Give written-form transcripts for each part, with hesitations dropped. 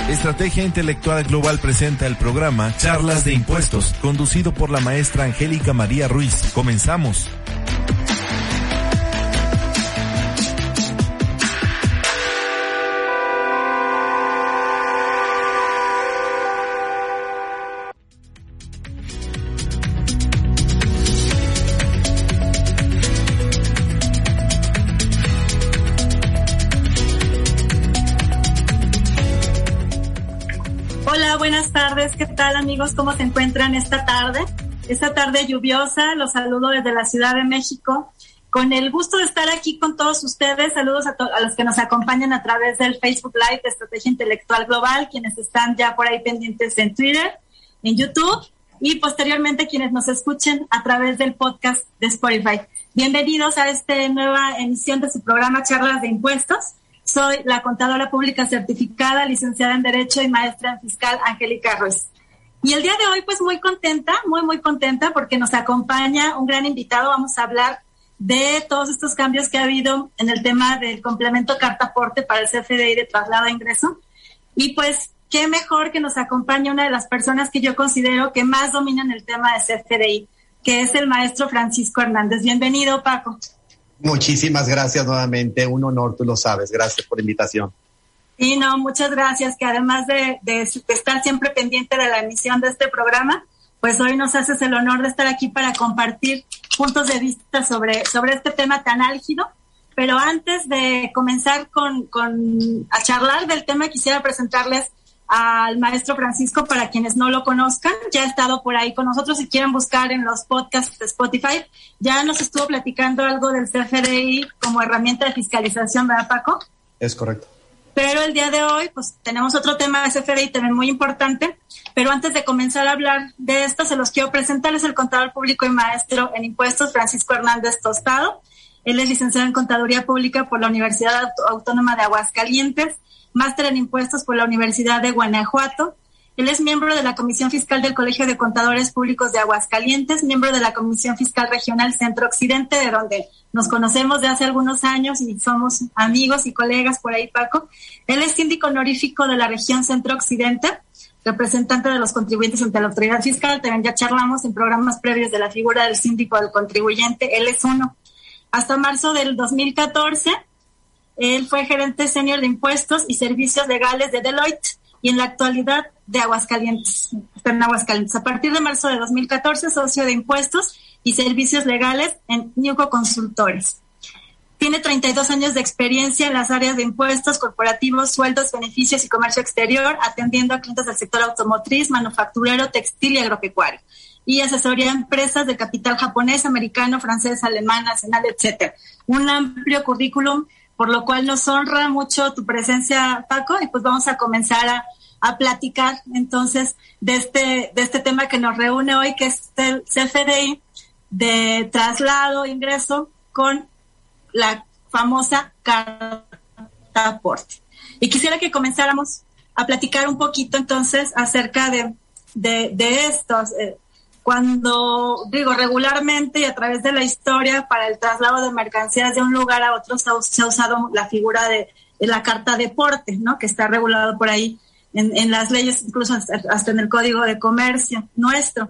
Estrategia Intelectual Global presenta el programa Charlas de Impuestos, conducido por la maestra Angélica María Ruiz. Comenzamos. Buenas tardes, ¿qué tal amigos? ¿Cómo se encuentran esta tarde? Esta tarde lluviosa, los saludo desde la Ciudad de México, con el gusto de estar aquí con todos ustedes. Saludos a los que nos acompañan a través del Facebook Live de Estrategia Intelectual Global, quienes están ya por ahí pendientes en Twitter, en YouTube, y posteriormente quienes nos escuchen a través del podcast de Spotify. Bienvenidos a esta nueva emisión de su programa Charlas de Impuestos. Soy la contadora pública certificada, licenciada en Derecho y maestra en Fiscal, Angélica Ruiz. Y el día de hoy, pues muy contenta, muy contenta, porque nos acompaña un gran invitado. Vamos a hablar de todos estos cambios que ha habido en el tema del complemento carta aporte para el CFDI de traslado a ingreso. Y pues, qué mejor que nos acompañe una de las personas que yo considero que más dominan el tema de CFDI, que es el maestro Francisco Hernández. Bienvenido, Paco. Muchísimas gracias nuevamente, un honor, tú lo sabes, gracias por la invitación. Y no, muchas gracias, que además de estar siempre pendiente de la emisión de este programa, pues hoy nos haces el honor de estar aquí para compartir puntos de vista sobre este tema tan álgido. Pero antes de comenzar a charlar del tema, quisiera presentarles al maestro Francisco para quienes no lo conozcan. Ya ha estado por ahí con nosotros, si quieren buscar en los podcasts de Spotify. Ya nos estuvo platicando algo del CFDI como herramienta de fiscalización, ¿verdad, Paco? Es correcto. Pero el día de hoy, pues tenemos otro tema de CFDI también muy importante. Pero antes de comenzar a hablar de esto, se los quiero presentar. Es el contador público y maestro en impuestos, Francisco Hernández Tostado. Él es licenciado en Contaduría Pública por la Universidad Autónoma de Aguascalientes, máster en impuestos por la Universidad de Guanajuato. Él es miembro de la Comisión Fiscal del Colegio de Contadores Públicos de Aguascalientes, miembro de la Comisión Fiscal Regional Centro Occidente, de donde nos conocemos de hace algunos años y somos amigos y colegas por ahí, Paco. Él es síndico honorífico de la región Centro Occidente, representante de los contribuyentes ante la autoridad fiscal. También ya charlamos en programas previos de la figura del síndico del contribuyente. Él es uno. Hasta marzo del 2014, él fue gerente senior de impuestos y servicios legales de Deloitte y en la actualidad de Aguascalientes, está en Aguascalientes. A partir de marzo de 2014, socio de impuestos y servicios legales en Ñuco Consultores. Tiene 32 años de experiencia en las áreas de impuestos, corporativos, sueldos, beneficios y comercio exterior, atendiendo a clientes del sector automotriz, manufacturero, textil y agropecuario. Y asesoría a empresas de capital japonés, americano, francés, alemán, nacional, etcétera. Un amplio currículum, por lo cual nos honra mucho tu presencia, Paco, y pues vamos a comenzar a platicar entonces de este tema que nos reúne hoy, que es el CFDI de traslado, ingreso, con la famosa carta aporte. Y quisiera que comenzáramos a platicar un poquito entonces acerca de estos. Cuando digo regularmente y a través de la historia para el traslado de mercancías de un lugar a otro se ha usado la figura de la carta de porte, ¿no? Que está regulado por ahí en las leyes, incluso hasta en el Código de Comercio nuestro,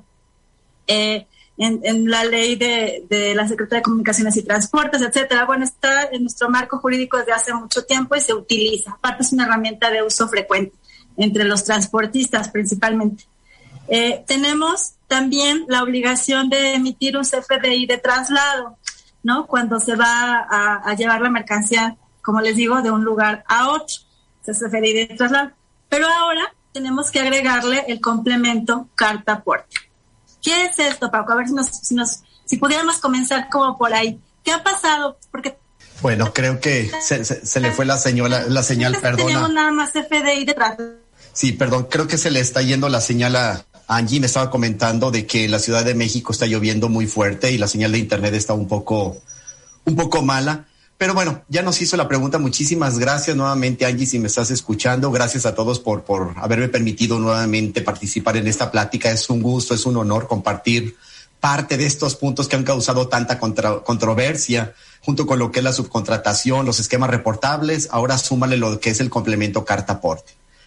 en la ley de la Secretaría de Comunicaciones y Transportes, etcétera. Bueno, está en nuestro marco jurídico desde hace mucho tiempo y se utiliza. Aparte es una herramienta de uso frecuente entre los transportistas principalmente. Tenemos también la obligación de emitir un CFDI de traslado, ¿no? Cuando se va a llevar la mercancía, como les digo, de un lugar a otro, CFDI de traslado. Pero ahora tenemos que agregarle el complemento carta aporte. ¿Qué es esto, Paco? A ver si pudiéramos comenzar como por ahí. ¿Qué ha pasado? Porque bueno, creo que se le fue la señal, perdona. Tenemos nada más CFDI de traslado. Sí, perdón, creo que se le está yendo la señal a Angie. Me estaba comentando de que en la Ciudad de México está lloviendo muy fuerte y la señal de internet está un poco mala. Pero bueno, ya nos hizo la pregunta. Muchísimas gracias nuevamente, Angie, si me estás escuchando. Gracias a todos por haberme permitido nuevamente participar en esta plática. Es un gusto, es un honor compartir parte de estos puntos que han causado tanta controversia, junto con lo que es la subcontratación, los esquemas reportables. Ahora súmale lo que es el complemento carta aporte.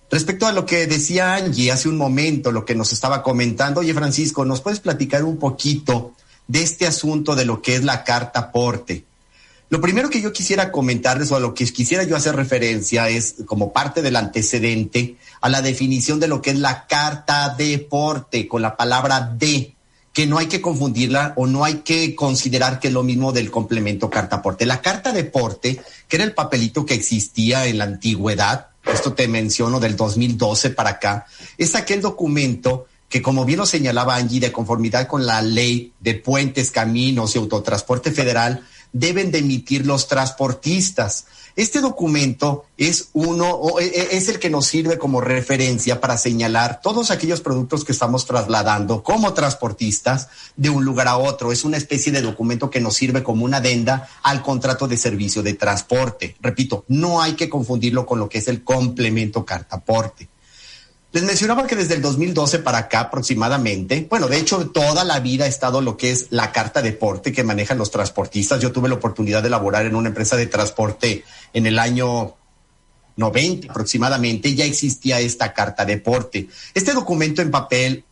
Respecto a lo que decía Angie hace un momento, lo que nos estaba comentando, oye Francisco, ¿nos puedes platicar un poquito de este asunto de lo que es la carta aporte? Lo primero que yo quisiera comentarles o a lo que quisiera yo hacer referencia es, como parte del antecedente, a la definición de lo que es la carta deporte, con la palabra de, que no hay que confundirla o no hay que considerar que es lo mismo del complemento carta aporte. La carta deporte, que era el papelito que existía en la antigüedad, esto te menciono del 2012 para acá, es aquel documento que, como bien lo señalaba Angie, de conformidad con la ley de puentes, caminos y autotransporte federal, deben de emitir los transportistas. Este documento es el que nos sirve como referencia para señalar todos aquellos productos que estamos trasladando como transportistas de un lugar a otro. Es una especie de documento que nos sirve como una adenda al contrato de servicio de transporte. Repito, no hay que confundirlo con lo que es el complemento carta aporte. Les mencionaba que desde el 2012 para acá aproximadamente, bueno, de hecho toda la vida ha estado lo que es la carta deporte que manejan los transportistas. Yo tuve la oportunidad de laborar en una empresa de transporte en el año 90 aproximadamente, ya existía esta carta deporte. Este documento en papel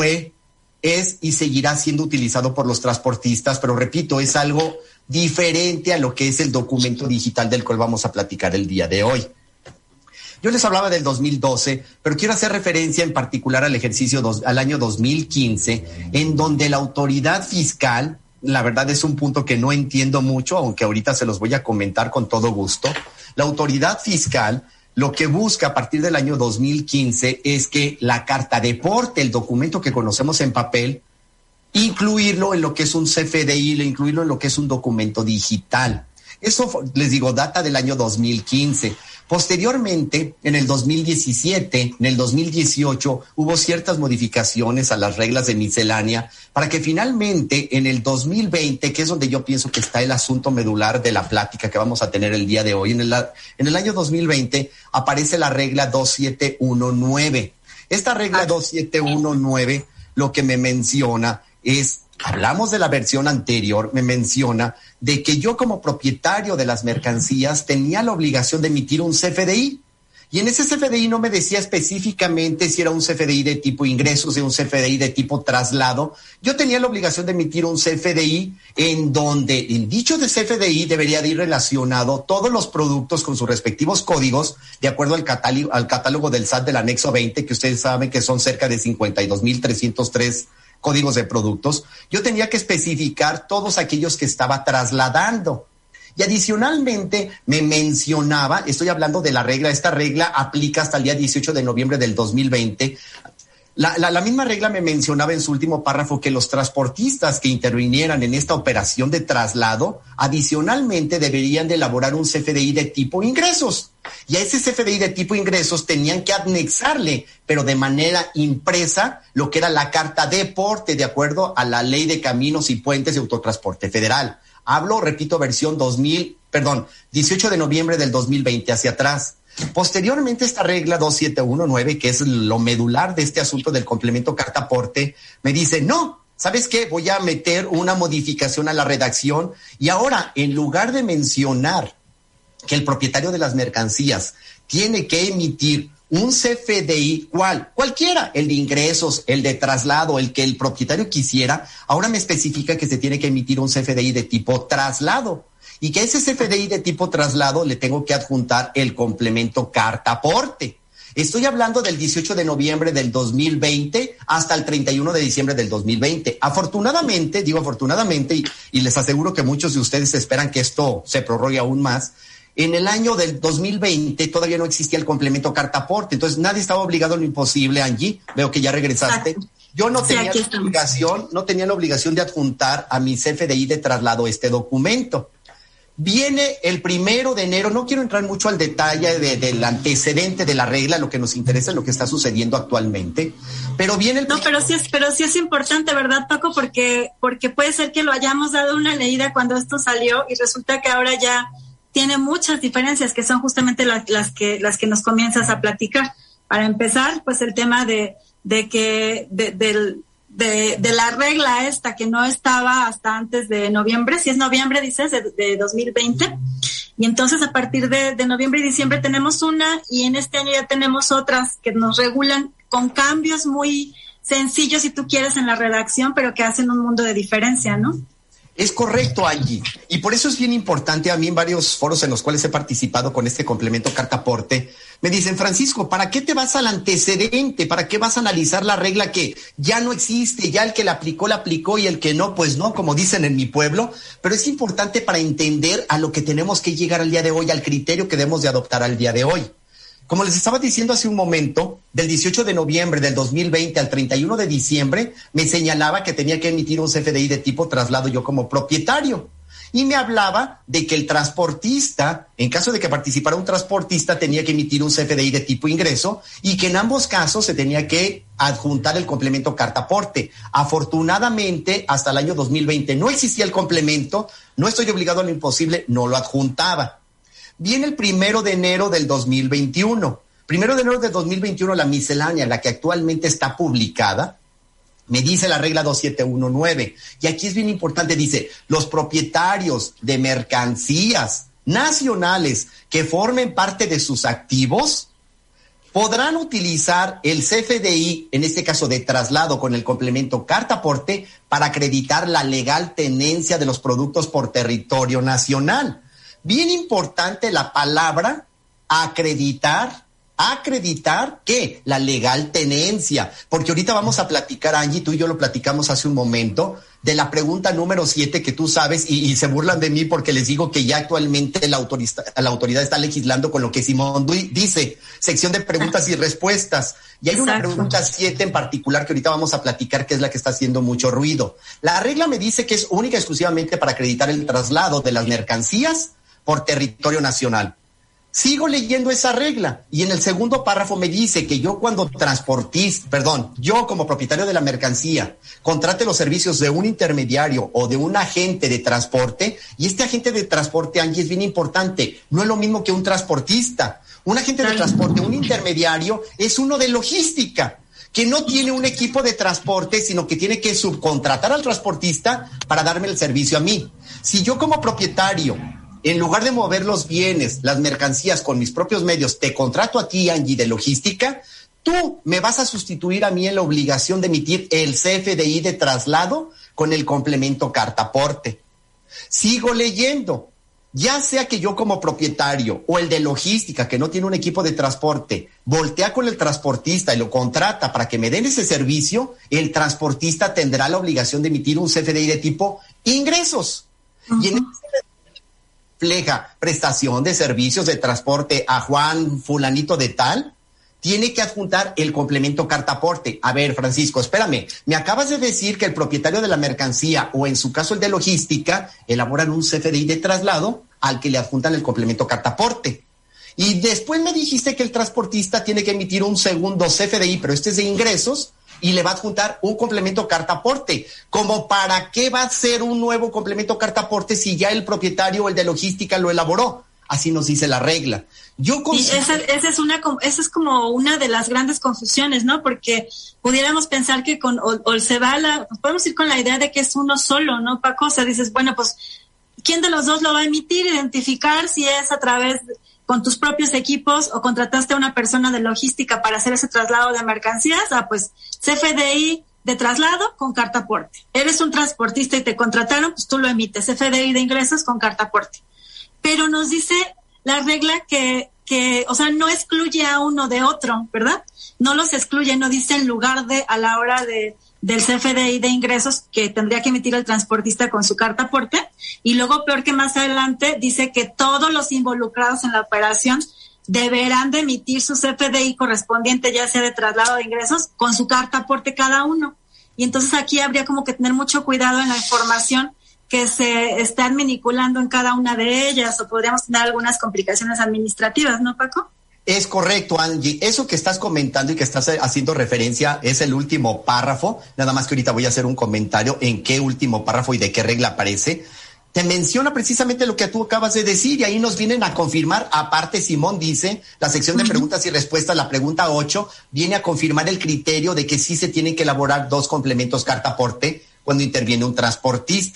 es y seguirá siendo utilizado por los transportistas, pero repito, es algo diferente a lo que es el documento digital del cual vamos a platicar el día de hoy. Yo les hablaba del 2012, pero quiero hacer referencia en particular al año 2015, en donde la autoridad fiscal, la verdad es un punto que no entiendo mucho, aunque ahorita se los voy a comentar con todo gusto. La autoridad fiscal lo que busca a partir del año 2015 es que la carta deporte, el documento que conocemos en papel, incluirlo en lo que es un CFDI, incluirlo en lo que es un documento digital. Eso, les digo, data del año 2015. Posteriormente, en el 2017, en el 2018, hubo ciertas modificaciones a las reglas de miscelánea para que finalmente en el 2020, que es donde yo pienso que está el asunto medular de la plática que vamos a tener el día de hoy, en el año 2020 aparece la regla 2719. Esta regla 2719 lo que me menciona es, hablamos de la versión anterior, me menciona de que yo como propietario de las mercancías tenía la obligación de emitir un CFDI. Y en ese CFDI no me decía específicamente si era un CFDI de tipo ingresos o un CFDI de tipo traslado. Yo tenía la obligación de emitir un CFDI en donde en dicho de CFDI debería de ir relacionado todos los productos con sus respectivos códigos, de acuerdo al catálogo del SAT del anexo 20, que ustedes saben que son cerca de 52,303 códigos de productos. Yo tenía que especificar todos aquellos que estaba trasladando. Y adicionalmente me mencionaba, estoy hablando de la regla, esta regla aplica hasta el día 18 de noviembre del 2020. La misma regla me mencionaba en su último párrafo que los transportistas que intervinieran en esta operación de traslado, adicionalmente deberían de elaborar un CFDI de tipo ingresos. Y a ese CFDI de tipo ingresos tenían que anexarle, pero de manera impresa, lo que era la carta deporte, de acuerdo a la Ley de Caminos y Puentes de Autotransporte Federal. Hablo, repito, versión 18 de noviembre del 2020 hacia atrás. Posteriormente, esta regla 2719, que es lo medular de este asunto del complemento carta aporte, me dice, no, ¿sabes qué? Voy a meter una modificación a la redacción y ahora, en lugar de mencionar que el propietario de las mercancías tiene que emitir un CFDI, cualquiera, el de ingresos, el de traslado, el que el propietario quisiera, ahora me especifica que se tiene que emitir un CFDI de tipo traslado. Y que a ese CFDI de tipo traslado le tengo que adjuntar el complemento carta aporte. Estoy hablando del 18 de noviembre del 2020 hasta el 31 de diciembre del 2020. Afortunadamente, y les aseguro que muchos de ustedes esperan que esto se prorrogue aún más, en el año del 2020 todavía no existía el complemento carta aporte, entonces nadie estaba obligado a lo imposible. Angie, veo que ya regresaste. Yo no tenía la obligación de adjuntar a mi CFDI de traslado este documento. Viene el 1 de enero, no quiero entrar mucho al detalle del antecedente de la regla, lo que nos interesa es lo que está sucediendo actualmente, pero viene el... No, pero sí es importante, ¿verdad, Paco? Porque puede ser que lo hayamos dado una leída cuando esto salió y resulta que ahora ya tiene muchas diferencias que son justamente las que nos comienzas a platicar. Para empezar, pues el tema de la regla esta que no estaba hasta antes de noviembre, si es noviembre dices, de 2020, Y entonces a partir de noviembre y diciembre tenemos una, y en este año ya tenemos otras que nos regulan con cambios muy sencillos, si tú quieres, en la redacción, pero que hacen un mundo de diferencia, ¿no? Es correcto, Angie. Y por eso es bien importante, a mí en varios foros en los cuales he participado con este complemento carta aporte, me dicen, Francisco, ¿para qué te vas al antecedente? ¿Para qué vas a analizar la regla que ya no existe? Ya el que la aplicó y el que no, pues no, como dicen en mi pueblo. Pero es importante para entender a lo que tenemos que llegar al día de hoy, al criterio que debemos de adoptar al día de hoy. Como les estaba diciendo hace un momento, del 18 de noviembre del 2020 al 31 de diciembre, me señalaba que tenía que emitir un CFDI de tipo traslado yo como propietario. Y me hablaba de que el transportista, en caso de que participara un transportista, tenía que emitir un CFDI de tipo ingreso y que en ambos casos se tenía que adjuntar el complemento carta aporte. Afortunadamente, hasta el año 2020 no existía el complemento, no estoy obligado a lo imposible, no lo adjuntaba. Viene el 1 de enero del 2021. 1 de enero del 2021, la miscelánea, la que actualmente está publicada, me dice la regla 2719. Y aquí es bien importante, dice, los propietarios de mercancías nacionales que formen parte de sus activos podrán utilizar el CFDI, en este caso de traslado con el complemento carta aporte, para acreditar la legal tenencia de los productos por territorio nacional. Bien importante la palabra acreditar que la legal tenencia, porque ahorita vamos a platicar, Angie, tú y yo lo platicamos hace un momento, de la pregunta número 7 que tú sabes y se burlan de mí porque les digo que ya actualmente la autoridad está legislando con lo que Simón dice, sección de preguntas y respuestas. Y hay una pregunta 7 en particular que ahorita vamos a platicar, que es la que está haciendo mucho ruido. La regla me dice que es única y exclusivamente para acreditar el traslado de las mercancías por territorio nacional. Sigo leyendo esa regla y en el segundo párrafo me dice que yo yo como propietario de la mercancía contrate los servicios de un intermediario o de un agente de transporte, y este agente de transporte, Angie, es bien importante, no es lo mismo que un transportista. Un agente de transporte, un intermediario, es uno de logística, que no tiene un equipo de transporte, sino que tiene que subcontratar al transportista para darme el servicio a mí. Si yo como propietario, en lugar de mover los bienes, las mercancías con mis propios medios, te contrato a ti, Angie, de logística, tú me vas a sustituir a mí en la obligación de emitir el CFDI de traslado con el complemento carta aporte. Sigo leyendo. Ya sea que yo como propietario o el de logística, que no tiene un equipo de transporte, voltea con el transportista y lo contrata para que me den ese servicio, el transportista tendrá la obligación de emitir un CFDI de tipo ingresos. Uh-huh. Y en refleja prestación de servicios de transporte a Juan fulanito de tal, tiene que adjuntar el complemento carta aporte. A ver, Francisco, espérame, me acabas de decir que el propietario de la mercancía o en su caso el de logística elaboran un CFDI de traslado al que le adjuntan el complemento carta aporte. Y después me dijiste que el transportista tiene que emitir un segundo CFDI, pero este es de ingresos, y le va a adjuntar un complemento carta aporte. ¿Como para qué va a ser un nuevo complemento carta aporte si ya el propietario o el de logística lo elaboró? Así nos dice la regla. Esa es como una de las grandes confusiones, ¿no? Porque pudiéramos pensar que podemos ir con la idea de que es uno solo, ¿no, Paco? O sea, dices, bueno, pues, ¿quién de los dos lo va a emitir? Identificar si es a través con tus propios equipos o contrataste a una persona de logística para hacer ese traslado de mercancías. Pues CFDI de traslado con carta aporte. Eres un transportista y te contrataron, pues tú lo emites. CFDI de ingresos con carta aporte. Pero nos dice la regla que no excluye a uno de otro, ¿verdad? No los excluye, no dice en lugar de a la hora del CFDI de ingresos que tendría que emitir el transportista con su carta aporte, y luego peor que más adelante dice que todos los involucrados en la operación deberán de emitir su CFDI correspondiente, ya sea de traslado de ingresos, con su carta aporte cada uno. Y entonces aquí habría como que tener mucho cuidado en la información que se está adminiculando en cada una de ellas, o podríamos tener algunas complicaciones administrativas, ¿no, Paco? Es correcto, Angie. Eso que estás comentando y que estás haciendo referencia es el último párrafo. Nada más que ahorita voy a hacer un comentario en qué último párrafo y de qué regla aparece. Te menciona precisamente lo que tú acabas de decir y ahí nos vienen a confirmar. Aparte, Simón dice, la sección de preguntas y respuestas, la pregunta 8, viene a confirmar el criterio de que sí se tienen que elaborar dos complementos carta aporte cuando interviene un transportista.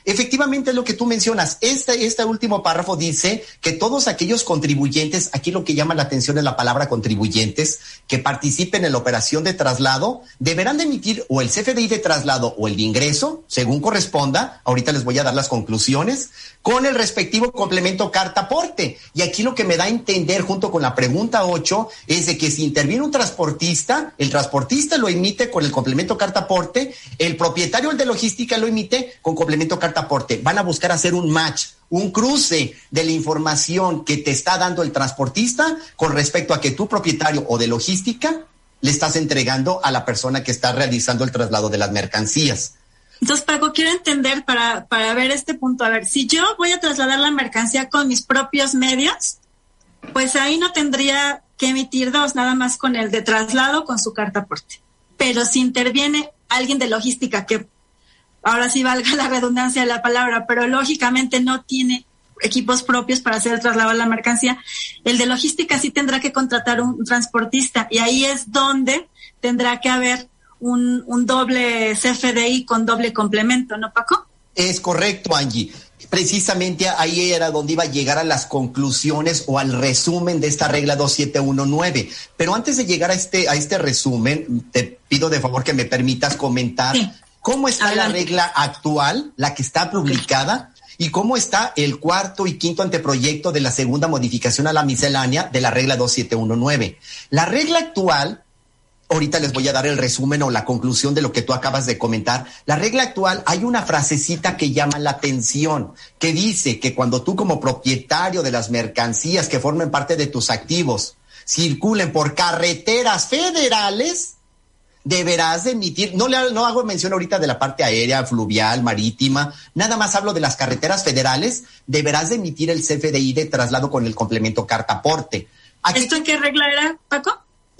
Efectivamente es lo que tú mencionas. Este último párrafo dice que todos aquellos contribuyentes, aquí lo que llama la atención es la palabra contribuyentes, que participen en la operación de traslado, deberán de emitir o el CFDI de traslado o el de ingreso, según corresponda. Ahorita les voy a dar las conclusiones, con el respectivo complemento carta aporte. Y aquí lo que me da a entender, junto con la pregunta 8, es de que si interviene un transportista, el transportista lo emite con el complemento carta aporte, el propietario, el de logística, lo emite con complemento carta aporte. Van a buscar hacer un match, un cruce de la información que te está dando el transportista con respecto a que tu propietario o de logística le estás entregando a la persona que está realizando el traslado de las mercancías. Entonces, Paco, quiero entender para ver este punto. A ver, si yo voy a trasladar la mercancía con mis propios medios, pues ahí no tendría que emitir dos, nada más con el de traslado, con su carta aporte. Pero si interviene alguien de logística, que ahora sí valga la redundancia de la palabra, pero lógicamente no tiene equipos propios para hacer el traslado de la mercancía, el de logística sí tendrá que contratar un transportista, y ahí es donde tendrá que haber un doble CFDI con doble complemento, ¿no, Paco? Es correcto, Angie. Precisamente ahí era donde iba a llegar a las conclusiones o al resumen de esta regla 2719. Pero antes de llegar a este resumen, te pido de favor que me permitas comentar cómo está Adelante. La regla actual, la que está publicada, y cómo está el cuarto y quinto anteproyecto de la segunda modificación a la miscelánea de la regla 2719. La regla actual, ahorita les voy a dar el resumen o la conclusión de lo que tú acabas de comentar. La regla actual, hay una frasecita que llama la atención, que dice que cuando tú como propietario de las mercancías que formen parte de tus activos circulen por carreteras federales, deberás de emitir, no hago mención ahorita de la parte aérea, fluvial, marítima, nada más hablo de las carreteras federales, deberás de emitir el CFDI de traslado con el complemento carta aporte. ¿Esto en qué regla era, Paco?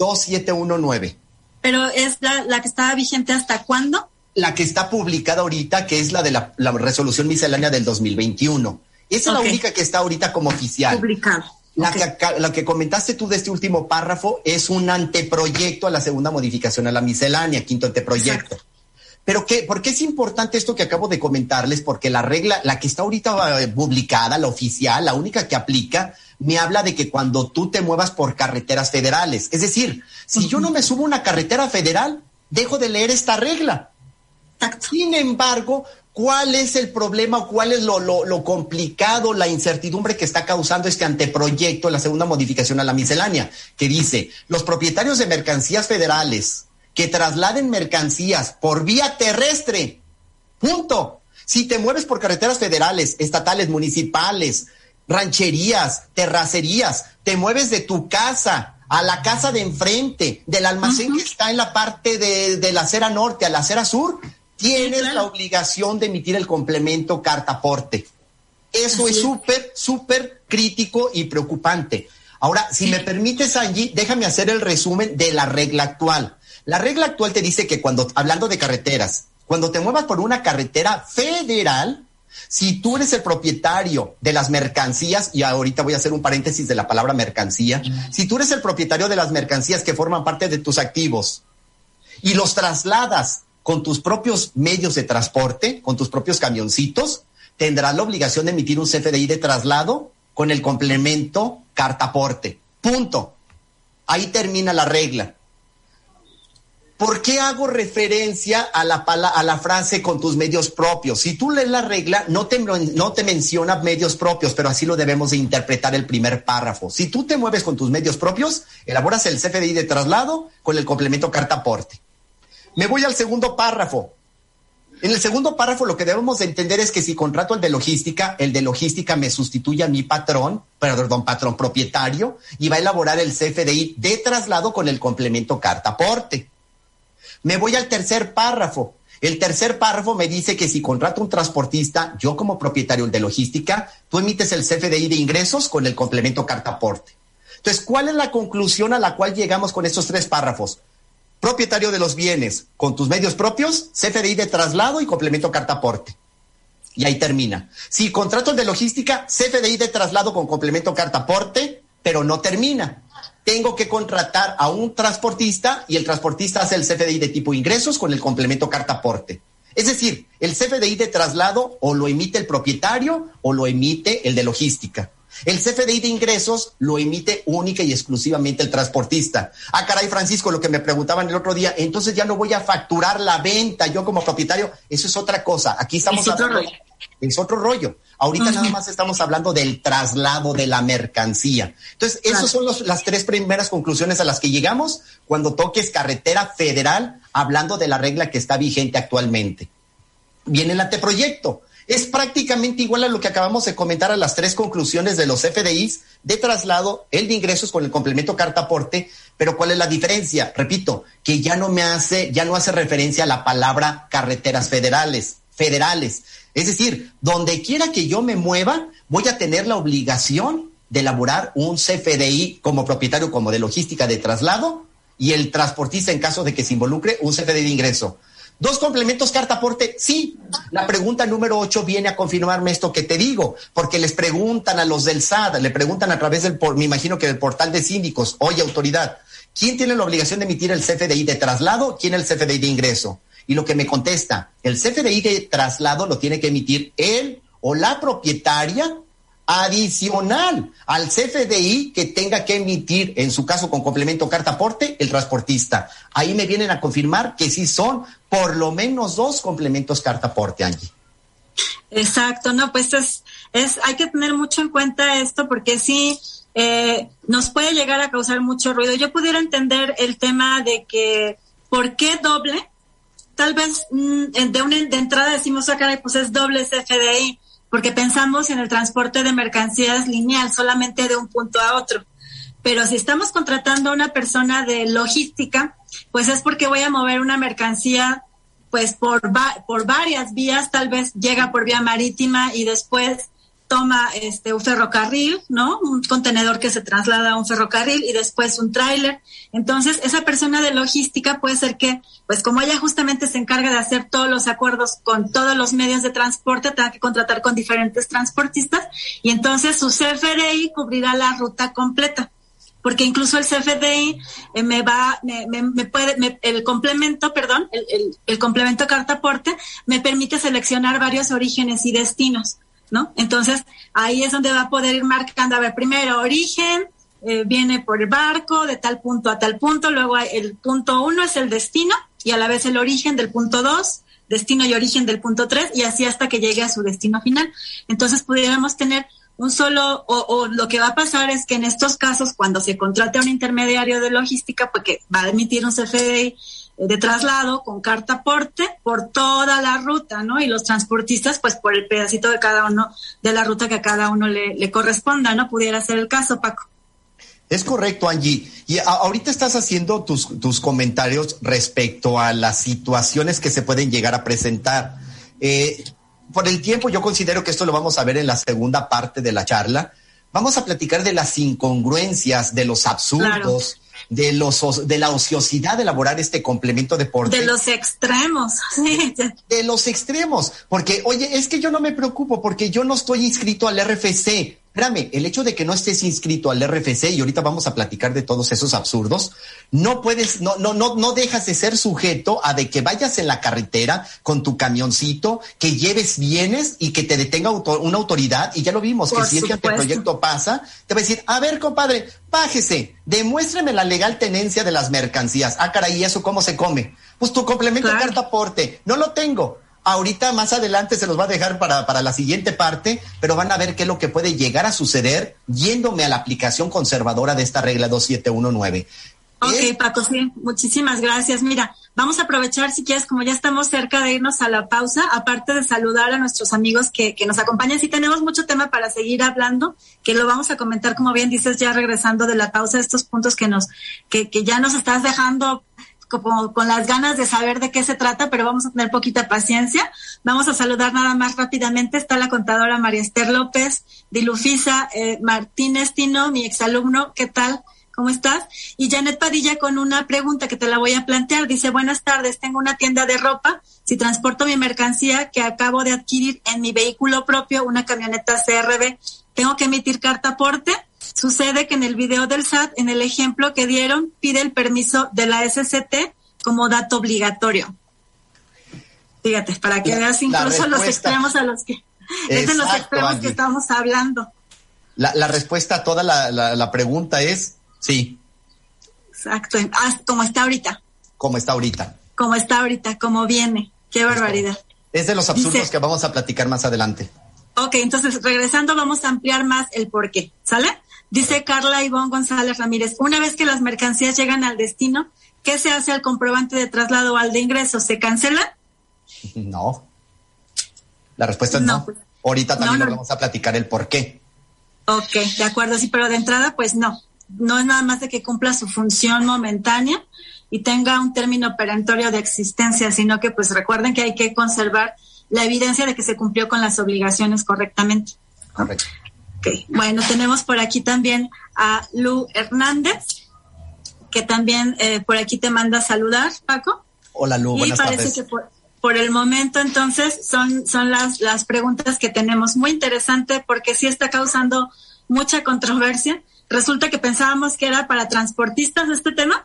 2719. ¿Pero es la que estaba vigente hasta cuándo? La que está publicada ahorita, que es la de la resolución miscelánea del 2021. Esa es la única que está ahorita como oficial. Publicada. La que comentaste tú de este último párrafo es un anteproyecto a la segunda modificación a la miscelánea, quinto anteproyecto. Exacto. Pero ¿por qué es importante esto que acabo de comentarles? Porque la regla, la que está ahorita publicada, la oficial, la única que aplica, me habla de que cuando tú te muevas por carreteras federales, es decir, si yo no me subo a una carretera federal, dejo de leer esta regla. Exacto. Sin embargo, ¿cuál es el problema o cuál es lo complicado, la incertidumbre que está causando este anteproyecto, la segunda modificación a la miscelánea? Que dice, los propietarios de mercancías federales que trasladen mercancías por vía terrestre, punto. Si te mueves por carreteras federales, estatales, municipales, rancherías, terracerías, te mueves de tu casa a la casa de enfrente, del almacén que está en la parte de la acera norte a la acera sur, tienes la obligación de emitir el complemento carta aporte. Eso es súper crítico y preocupante. Ahora, si me permites, Angie, déjame hacer el resumen de la regla actual. La regla actual te dice que hablando de carreteras, cuando te muevas por una carretera federal, si tú eres el propietario de las mercancías, y ahorita voy a hacer un paréntesis de la palabra mercancía, si tú eres el propietario de las mercancías que forman parte de tus activos y los trasladas con tus propios medios de transporte, con tus propios camioncitos, tendrás la obligación de emitir un CFDI de traslado con el complemento carta aporte. Punto. Ahí termina la regla. ¿Por qué hago referencia a la frase con tus medios propios? Si tú lees la regla, no te menciona medios propios, pero así lo debemos de interpretar el primer párrafo. Si tú te mueves con tus medios propios, elaboras el CFDI de traslado con el complemento carta aporte. Me voy al segundo párrafo. En el segundo párrafo lo que debemos de entender es que si contrato el de logística me sustituye a mi patrón propietario, y va a elaborar el CFDI de traslado con el complemento carta aporte. Me voy al tercer párrafo. El tercer párrafo me dice que si contrato un transportista, yo como propietario de logística, tú emites el CFDI de ingresos con el complemento carta aporte. Entonces, ¿cuál es la conclusión a la cual llegamos con estos tres párrafos? Propietario de los bienes, con tus medios propios, CFDI de traslado y complemento carta aporte. Y ahí termina. Si contrato el de logística, CFDI de traslado con complemento carta aporte, pero no termina. Tengo que contratar a un transportista y el transportista hace el CFDI de tipo ingresos con el complemento carta aporte. Es decir, el CFDI de traslado o lo emite el propietario o lo emite el de logística. El CFDI de ingresos lo emite única y exclusivamente el transportista. Ah, caray, Francisco, lo que me preguntaban el otro día, entonces ya no voy a facturar la venta yo como propietario. Eso es otra cosa. Aquí estamos hablando... Es otro rollo. Ahorita nada más estamos hablando del traslado de la mercancía. Entonces, esas son las tres primeras conclusiones a las que llegamos cuando toques carretera federal, hablando de la regla que está vigente actualmente. Viene el anteproyecto. Es prácticamente igual a lo que acabamos de comentar, a las tres conclusiones de los FDIs de traslado, el de ingresos con el complemento carta aporte, pero ¿cuál es la diferencia? Repito, que ya no hace referencia a la palabra carreteras federales. Es decir, donde quiera que yo me mueva, voy a tener la obligación de elaborar un CFDI como propietario, como de logística de traslado, y el transportista, en caso de que se involucre, un CFDI de ingreso. 2 complementos carta aporte, sí. La pregunta número 8 viene a confirmarme esto que te digo, porque les preguntan a los del SAT, le preguntan a través me imagino que del portal de síndicos, oye, autoridad, ¿quién tiene la obligación de emitir el CFDI de traslado? ¿Quién el CFDI de ingreso? Y lo que me contesta, el CFDI de traslado lo tiene que emitir él o la propietaria adicional al CFDI que tenga que emitir, en su caso con complemento carta aporte, el transportista. Ahí me vienen a confirmar que sí son por lo menos 2 complementos carta aporte, Angie. Exacto, no, pues hay que tener mucho en cuenta esto porque sí nos puede llegar a causar mucho ruido. Yo pudiera entender el tema de que ¿por qué doble? Tal vez de entrada decimos, caray, pues es doble CFDI, porque pensamos en el transporte de mercancías lineal, solamente de un punto a otro. Pero si estamos contratando a una persona de logística, pues es porque voy a mover una mercancía pues por varias vías, tal vez llega por vía marítima y después toma un ferrocarril, ¿no? Un contenedor que se traslada a un ferrocarril y después un tráiler. Entonces, esa persona de logística puede ser que, pues como ella justamente se encarga de hacer todos los acuerdos con todos los medios de transporte, tenga que contratar con diferentes transportistas y entonces su CFDI cubrirá la ruta completa. Porque incluso el CFDI el complemento carta aporte me permite seleccionar varios orígenes y destinos, ¿no? Entonces, ahí es donde va a poder ir marcando, a ver, primero origen, viene por el barco de tal punto a tal punto, luego el punto 1 es el destino y a la vez el origen del punto 2, destino y origen del punto 3 y así hasta que llegue a su destino final. Entonces, pudiéramos tener un solo, o lo que va a pasar es que en estos casos, cuando se contrate a un intermediario de logística, porque va a emitir un CFDI de traslado con carta aporte por toda la ruta, ¿no? Y los transportistas, pues por el pedacito de cada uno de la ruta que a cada uno le corresponda, ¿no? Pudiera ser el caso, Paco. Es correcto, Angie. Y ahorita estás haciendo tus comentarios respecto a las situaciones que se pueden llegar a presentar. Por el tiempo, yo considero que esto lo vamos a ver en la segunda parte de la charla. Vamos a platicar de las incongruencias, de los absurdos, claro, de la ociosidad de elaborar este complemento deporte. De los extremos. De los extremos. Porque, oye, es que yo no me preocupo porque yo no estoy inscrito al RFC. Espérame, el hecho de que no estés inscrito al RFC, y ahorita vamos a platicar de todos esos absurdos, no dejas de ser sujeto a de que vayas en la carretera con tu camioncito, que lleves bienes y que te detenga una autoridad, y ya lo vimos, que si el anteproyecto pasa, te va a decir, a ver, compadre, bájese, demuéstreme la legal tenencia de las mercancías. Ah, caray, ¿y eso cómo se come? Pues tu complemento de carta aporte, no lo tengo. Ahorita más adelante se los va a dejar para la siguiente parte, pero van a ver qué es lo que puede llegar a suceder yéndome a la aplicación conservadora de esta regla 2719. Ok, Paco, sí, muchísimas gracias. Mira, vamos a aprovechar, si quieres, como ya estamos cerca de irnos a la pausa, aparte de saludar a nuestros amigos que nos acompañan, sí tenemos mucho tema para seguir hablando, que lo vamos a comentar, como bien dices, ya regresando de la pausa, estos puntos que ya nos estás dejando como con las ganas de saber de qué se trata, pero vamos a tener poquita paciencia. Vamos a saludar nada más rápidamente. Está la contadora María Esther López, Dilufisa Martínez Tino, mi exalumno. ¿Qué tal? ¿Cómo estás? Y Janet Padilla con una pregunta que te la voy a plantear. Dice, buenas tardes, tengo una tienda de ropa. Si transporto mi mercancía que acabo de adquirir en mi vehículo propio, una camioneta CRB, ¿tengo que emitir carta aporte? Sucede que en el video del SAT, en el ejemplo que dieron, pide el permiso de la SCT como dato obligatorio. Fíjate, para que veas incluso los extremos a los que... Es de los extremos que estamos hablando. La respuesta a toda la pregunta es sí. Exacto, como está ahorita. Como está ahorita. Como está ahorita, como viene. Qué barbaridad. Es de los absurdos que vamos a platicar más adelante. Ok, entonces regresando vamos a ampliar más el porqué, ¿sale? Dice Carla Ivonne González Ramírez, una vez que las mercancías llegan al destino, ¿qué se hace al comprobante de traslado o al de ingreso? ¿Se cancela? No. La respuesta es no. Pues, ahorita también nos vamos a platicar el porqué. Ok, de acuerdo, sí, pero de entrada, pues no. No es nada más de que cumpla su función momentánea y tenga un término perentorio de existencia, sino que pues recuerden que hay que conservar la evidencia de que se cumplió con las obligaciones correctamente. Correcto. Okay. Bueno, tenemos por aquí también a Lu Hernández, que también por aquí te manda a saludar, Paco. Hola Lu, buenas tardes. Y parece que por el momento entonces son las preguntas que tenemos. Muy interesante porque sí está causando mucha controversia. Resulta que pensábamos que era para transportistas este tema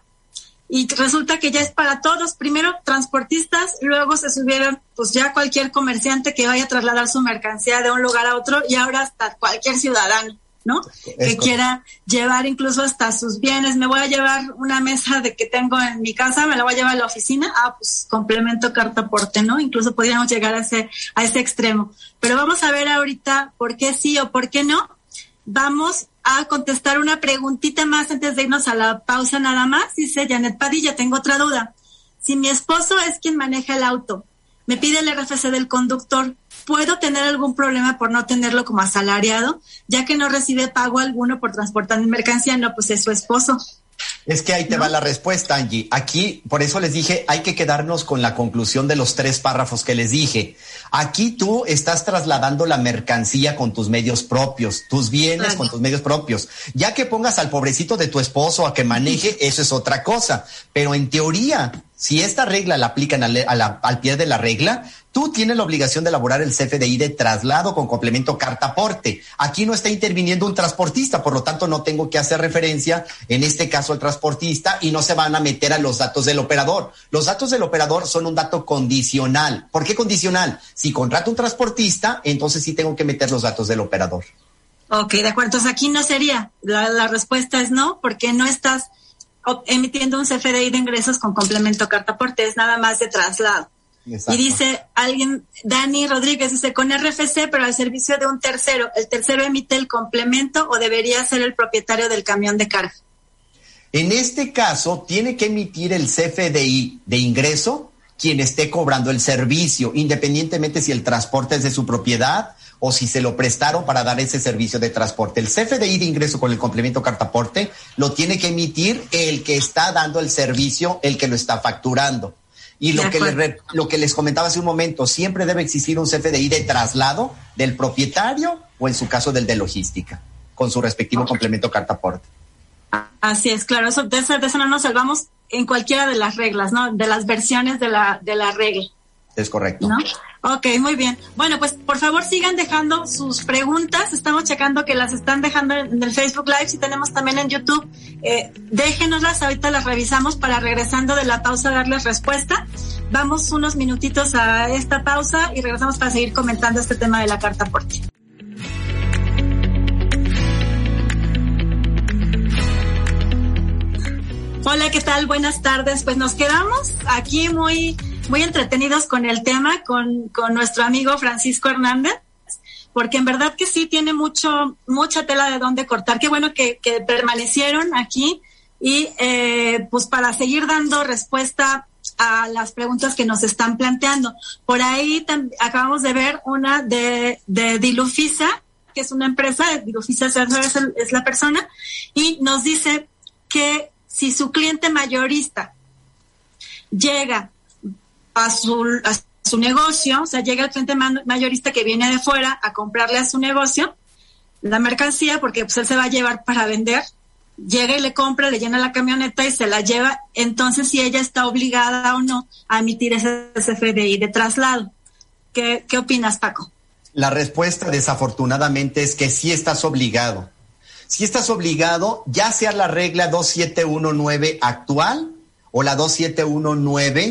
y resulta que ya es para todos. Primero transportistas, luego se subieron pues ya cualquier comerciante que vaya a trasladar su mercancía de un lugar a otro y ahora hasta cualquier ciudadano, ¿no? Que quiera llevar incluso hasta sus bienes. Me voy a llevar una mesa de que tengo en mi casa, me la voy a llevar a la oficina. Pues complemento carta aporte, ¿no? Incluso podríamos llegar a ese extremo. Pero vamos a ver ahorita por qué sí o por qué no. Vamos a contestar una preguntita más antes de irnos a la pausa nada más. Dice Janet Padilla, tengo otra duda. Si mi esposo es quien maneja el auto, me pide el RFC del conductor, ¿puedo tener algún problema por no tenerlo como asalariado, ya que no recibe pago alguno por transportar mi mercancía? No, pues es su esposo. Es que ahí te va la respuesta, Angie. Aquí, por eso les dije, hay que quedarnos con la conclusión de los 3 párrafos que les dije. Aquí tú estás trasladando la mercancía con tus medios propios, tus bienes con tus medios propios. Ya que pongas al pobrecito de tu esposo a que maneje, eso es otra cosa. Pero en teoría, si esta regla la aplican al pie de la regla, tú tienes la obligación de elaborar el CFDI de traslado con complemento carta aporte. Aquí no está interviniendo un transportista, por lo tanto no tengo que hacer referencia, en este caso al transportista, y no se van a meter a los datos del operador. Los datos del operador son un dato condicional. ¿Por qué condicional? Si contrato un transportista, entonces sí tengo que meter los datos del operador. Ok, de acuerdo. Entonces aquí no sería. La respuesta es no, porque no estás emitiendo un CFDI de ingresos con complemento carta aporte, es nada más de traslado. Exacto. Y dice alguien, Dani Rodríguez, dice con RFC, pero al servicio de un tercero. ¿El tercero emite el complemento o debería ser el propietario del camión de carga? En este caso, tiene que emitir el CFDI de ingreso quien esté cobrando el servicio, independientemente si el transporte es de su propiedad o si se lo prestaron para dar ese servicio de transporte. El CFDI de ingreso con el complemento carta aporte lo tiene que emitir el que está dando el servicio, el que lo está facturando. Y lo que les comentaba hace un momento, siempre debe existir un CFDI de traslado del propietario o en su caso del de logística, con su respectivo complemento carta aporte. Así es, claro, de eso no nos salvamos en cualquiera de las reglas, ¿no? De las versiones de la regla. Es correcto. ¿No? Ok, muy bien. Bueno, pues por favor sigan dejando sus preguntas. Estamos checando que las están dejando en el Facebook Live. Si tenemos también en YouTube, déjenoslas. Ahorita las revisamos para regresando de la pausa darles respuesta. Vamos unos minutitos a esta pausa y regresamos para seguir comentando este tema de la carta aporte. Hola, ¿qué tal? Buenas tardes. Pues nos quedamos aquí muy entretenidos con el tema, con nuestro amigo Francisco Hernández, porque en verdad que sí tiene mucha tela de dónde cortar. Qué bueno que permanecieron aquí y pues para seguir dando respuesta a las preguntas que nos están planteando. Por ahí acabamos de ver una de Dilufisa, que es una empresa, Dilufisa es la persona, y nos dice que si su cliente mayorista llega a su negocio, o sea, llega el cliente mayorista que viene de fuera a comprarle a su negocio la mercancía, porque pues él se va a llevar para vender, llega y le compra, le llena la camioneta y se la lleva, entonces si ella está obligada o no a emitir ese CFDI de traslado. ¿Qué opinas, Paco? La respuesta, desafortunadamente, es que sí estás obligado. Si estás obligado, ya sea la regla 2719 actual o la 2719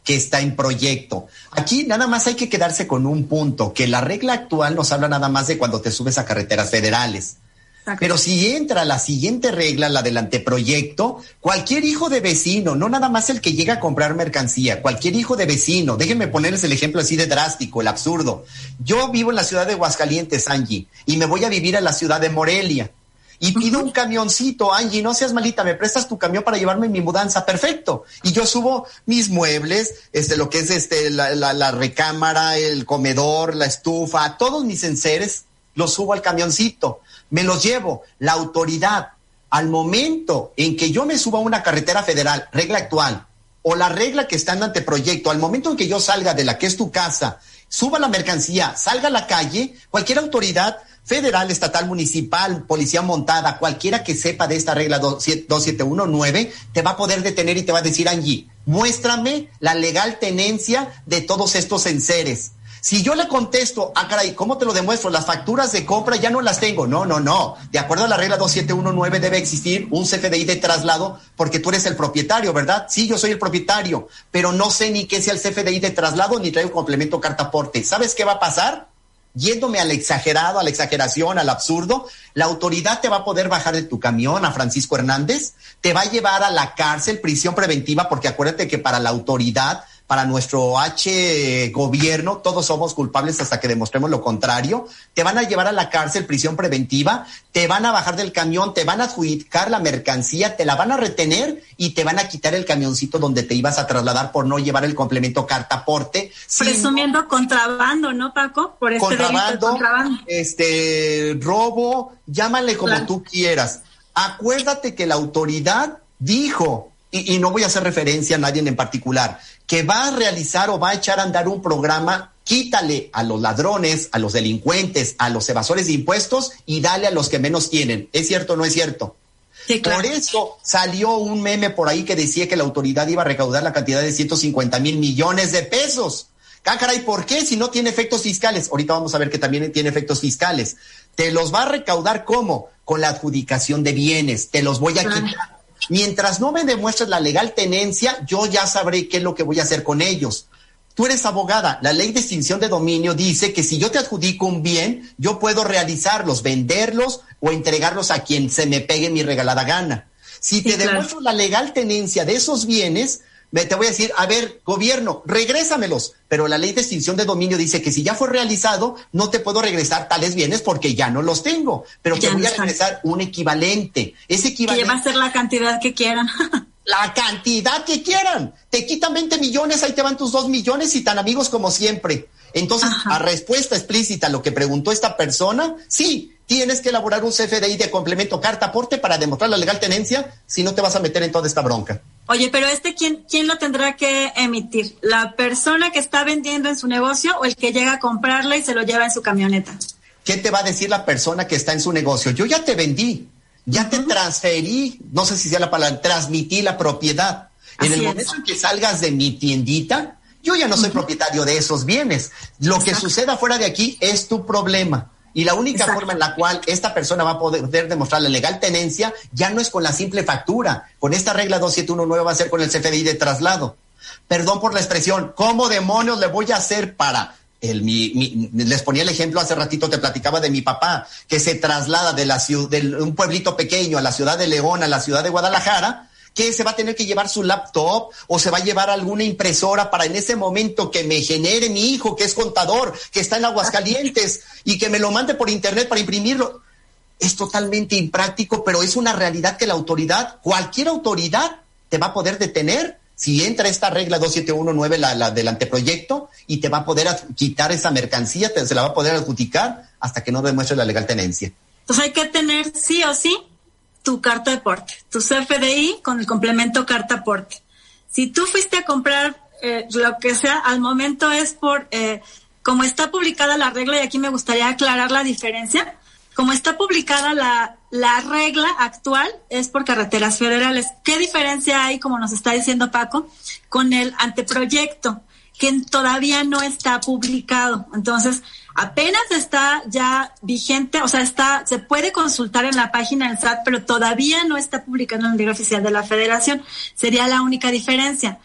que está en proyecto. Aquí nada más hay que quedarse con un punto, que la regla actual nos habla nada más de cuando te subes a carreteras federales. Exacto. Pero si entra la siguiente regla, la del anteproyecto, cualquier hijo de vecino, no nada más el que llega a comprar mercancía, cualquier hijo de vecino, déjenme ponerles el ejemplo así de drástico, el absurdo. Yo vivo en la ciudad de Aguascalientes, Angie, y me voy a vivir a la ciudad de Morelia. Y pido un camioncito, Angie, no seas malita, me prestas tu camión para llevarme mi mudanza, perfecto. Y yo subo mis muebles, lo que es la recámara, el comedor, la estufa, todos mis enseres, los subo al camioncito, me los llevo. La autoridad, al momento en que yo me suba a una carretera federal, regla actual, o la regla que está en anteproyecto, al momento en que yo salga de la que es tu casa, suba la mercancía, salga a la calle, cualquier autoridad federal, estatal, municipal, policía montada, cualquiera que sepa de esta regla 2719, te va a poder detener y te va a decir, Angie, muéstrame la legal tenencia de todos estos enseres. Si yo le contesto, caray, ¿cómo te lo demuestro? Las facturas de compra ya no las tengo. No. De acuerdo a la regla 2719 debe existir un CFDI de traslado porque tú eres el propietario, ¿verdad? Sí, yo soy el propietario, pero no sé ni qué sea el CFDI de traslado ni traigo complemento carta aporte. ¿Sabes qué va a pasar? Yéndome al exagerado, a la exageración, al absurdo, la autoridad te va a poder bajar de tu camión a Francisco Hernández, te va a llevar a la cárcel, prisión preventiva, porque acuérdate que para la autoridad, para nuestro gobierno, todos somos culpables hasta que demostremos lo contrario. Te van a llevar a la cárcel, prisión preventiva, te van a bajar del camión, te van a adjudicar la mercancía, te la van a retener y te van a quitar el camioncito donde te ibas a trasladar por no llevar el complemento carta aporte. Presumiendo contrabando, ¿no, Paco? Por este contrabando, robo, llámale como claro. Tú quieras. Acuérdate que la autoridad dijo, y no voy a hacer referencia a nadie en particular, que va a realizar o va a echar a andar un programa, quítale a los ladrones, a los delincuentes, a los evasores de impuestos y dale a los que menos tienen. ¿Es cierto o no es cierto? Sí, claro. Por eso salió un meme por ahí que decía que la autoridad iba a recaudar la cantidad de 150 mil millones de pesos. Caray, ¿por qué? Si no tiene efectos fiscales. Ahorita vamos a ver que también tiene efectos fiscales. Te los va a recaudar, ¿cómo? Con la adjudicación de bienes. Te los voy a quitar. Mientras no me demuestres la legal tenencia, yo ya sabré qué es lo que voy a hacer con ellos. Tú eres abogada. La ley de extinción de dominio dice que si yo te adjudico un bien, yo puedo realizarlos, venderlos o entregarlos a quien se me pegue mi regalada gana. Si te demuestro la legal tenencia de esos bienes, te voy a decir, a ver, gobierno, regrésamelos. Pero la ley de extinción de dominio dice que si ya fue realizado, no te puedo regresar tales bienes porque ya no los tengo. Pero ya te voy a regresar un equivalente. Ese equivalente. Que va a ser la cantidad que quieran. La cantidad que quieran. Te quitan 20 millones, ahí te van tus 2 millones y tan amigos como siempre. Entonces, a respuesta explícita a lo que preguntó esta persona, sí, tienes que elaborar un CFDI de complemento carta aporte para demostrar la legal tenencia, si no te vas a meter en toda esta bronca. Oye, pero ¿quién lo tendrá que emitir? ¿La persona que está vendiendo en su negocio o el que llega a comprarla y se lo lleva en su camioneta? ¿Qué te va a decir la persona que está en su negocio? Yo ya te vendí, ya te transferí, no sé si sea la palabra, transmití la propiedad. En el momento en que salgas de mi tiendita, yo ya no soy propietario de esos bienes. Lo que suceda fuera de aquí es tu problema. Y la única forma en la cual esta persona va a poder demostrar la legal tenencia ya no es con la simple factura. Con esta regla 2719 va a ser con el CFDI de traslado. Perdón por la expresión. ¿Cómo demonios le voy a hacer para les ponía el ejemplo hace ratito, te platicaba de mi papá, que se traslada de un pueblito pequeño a la ciudad de León, a la ciudad de Guadalajara, que se va a tener que llevar su laptop o se va a llevar alguna impresora para en ese momento que me genere mi hijo, que es contador, que está en Aguascalientes y que me lo mande por internet para imprimirlo. Es totalmente impráctico, pero es una realidad que la autoridad, cualquier autoridad, te va a poder detener si entra esta regla 2719, la del anteproyecto, y te va a poder quitar esa mercancía, se la va a poder adjudicar hasta que no demuestre la legal tenencia. Entonces hay que tener sí o sí tu carta de aporte, tu CFDI con el complemento carta aporte. Si tú fuiste a comprar lo que sea, al momento es por, como está publicada la regla, y aquí me gustaría aclarar la diferencia, como está publicada la regla actual es por carreteras federales. ¿Qué diferencia hay, como nos está diciendo Paco, con el anteproyecto, que todavía no está publicado? Entonces, apenas está ya vigente, o sea, se puede consultar en la página del SAT, pero todavía no está publicado en el Diario Oficial de la Federación. Sería la única diferencia.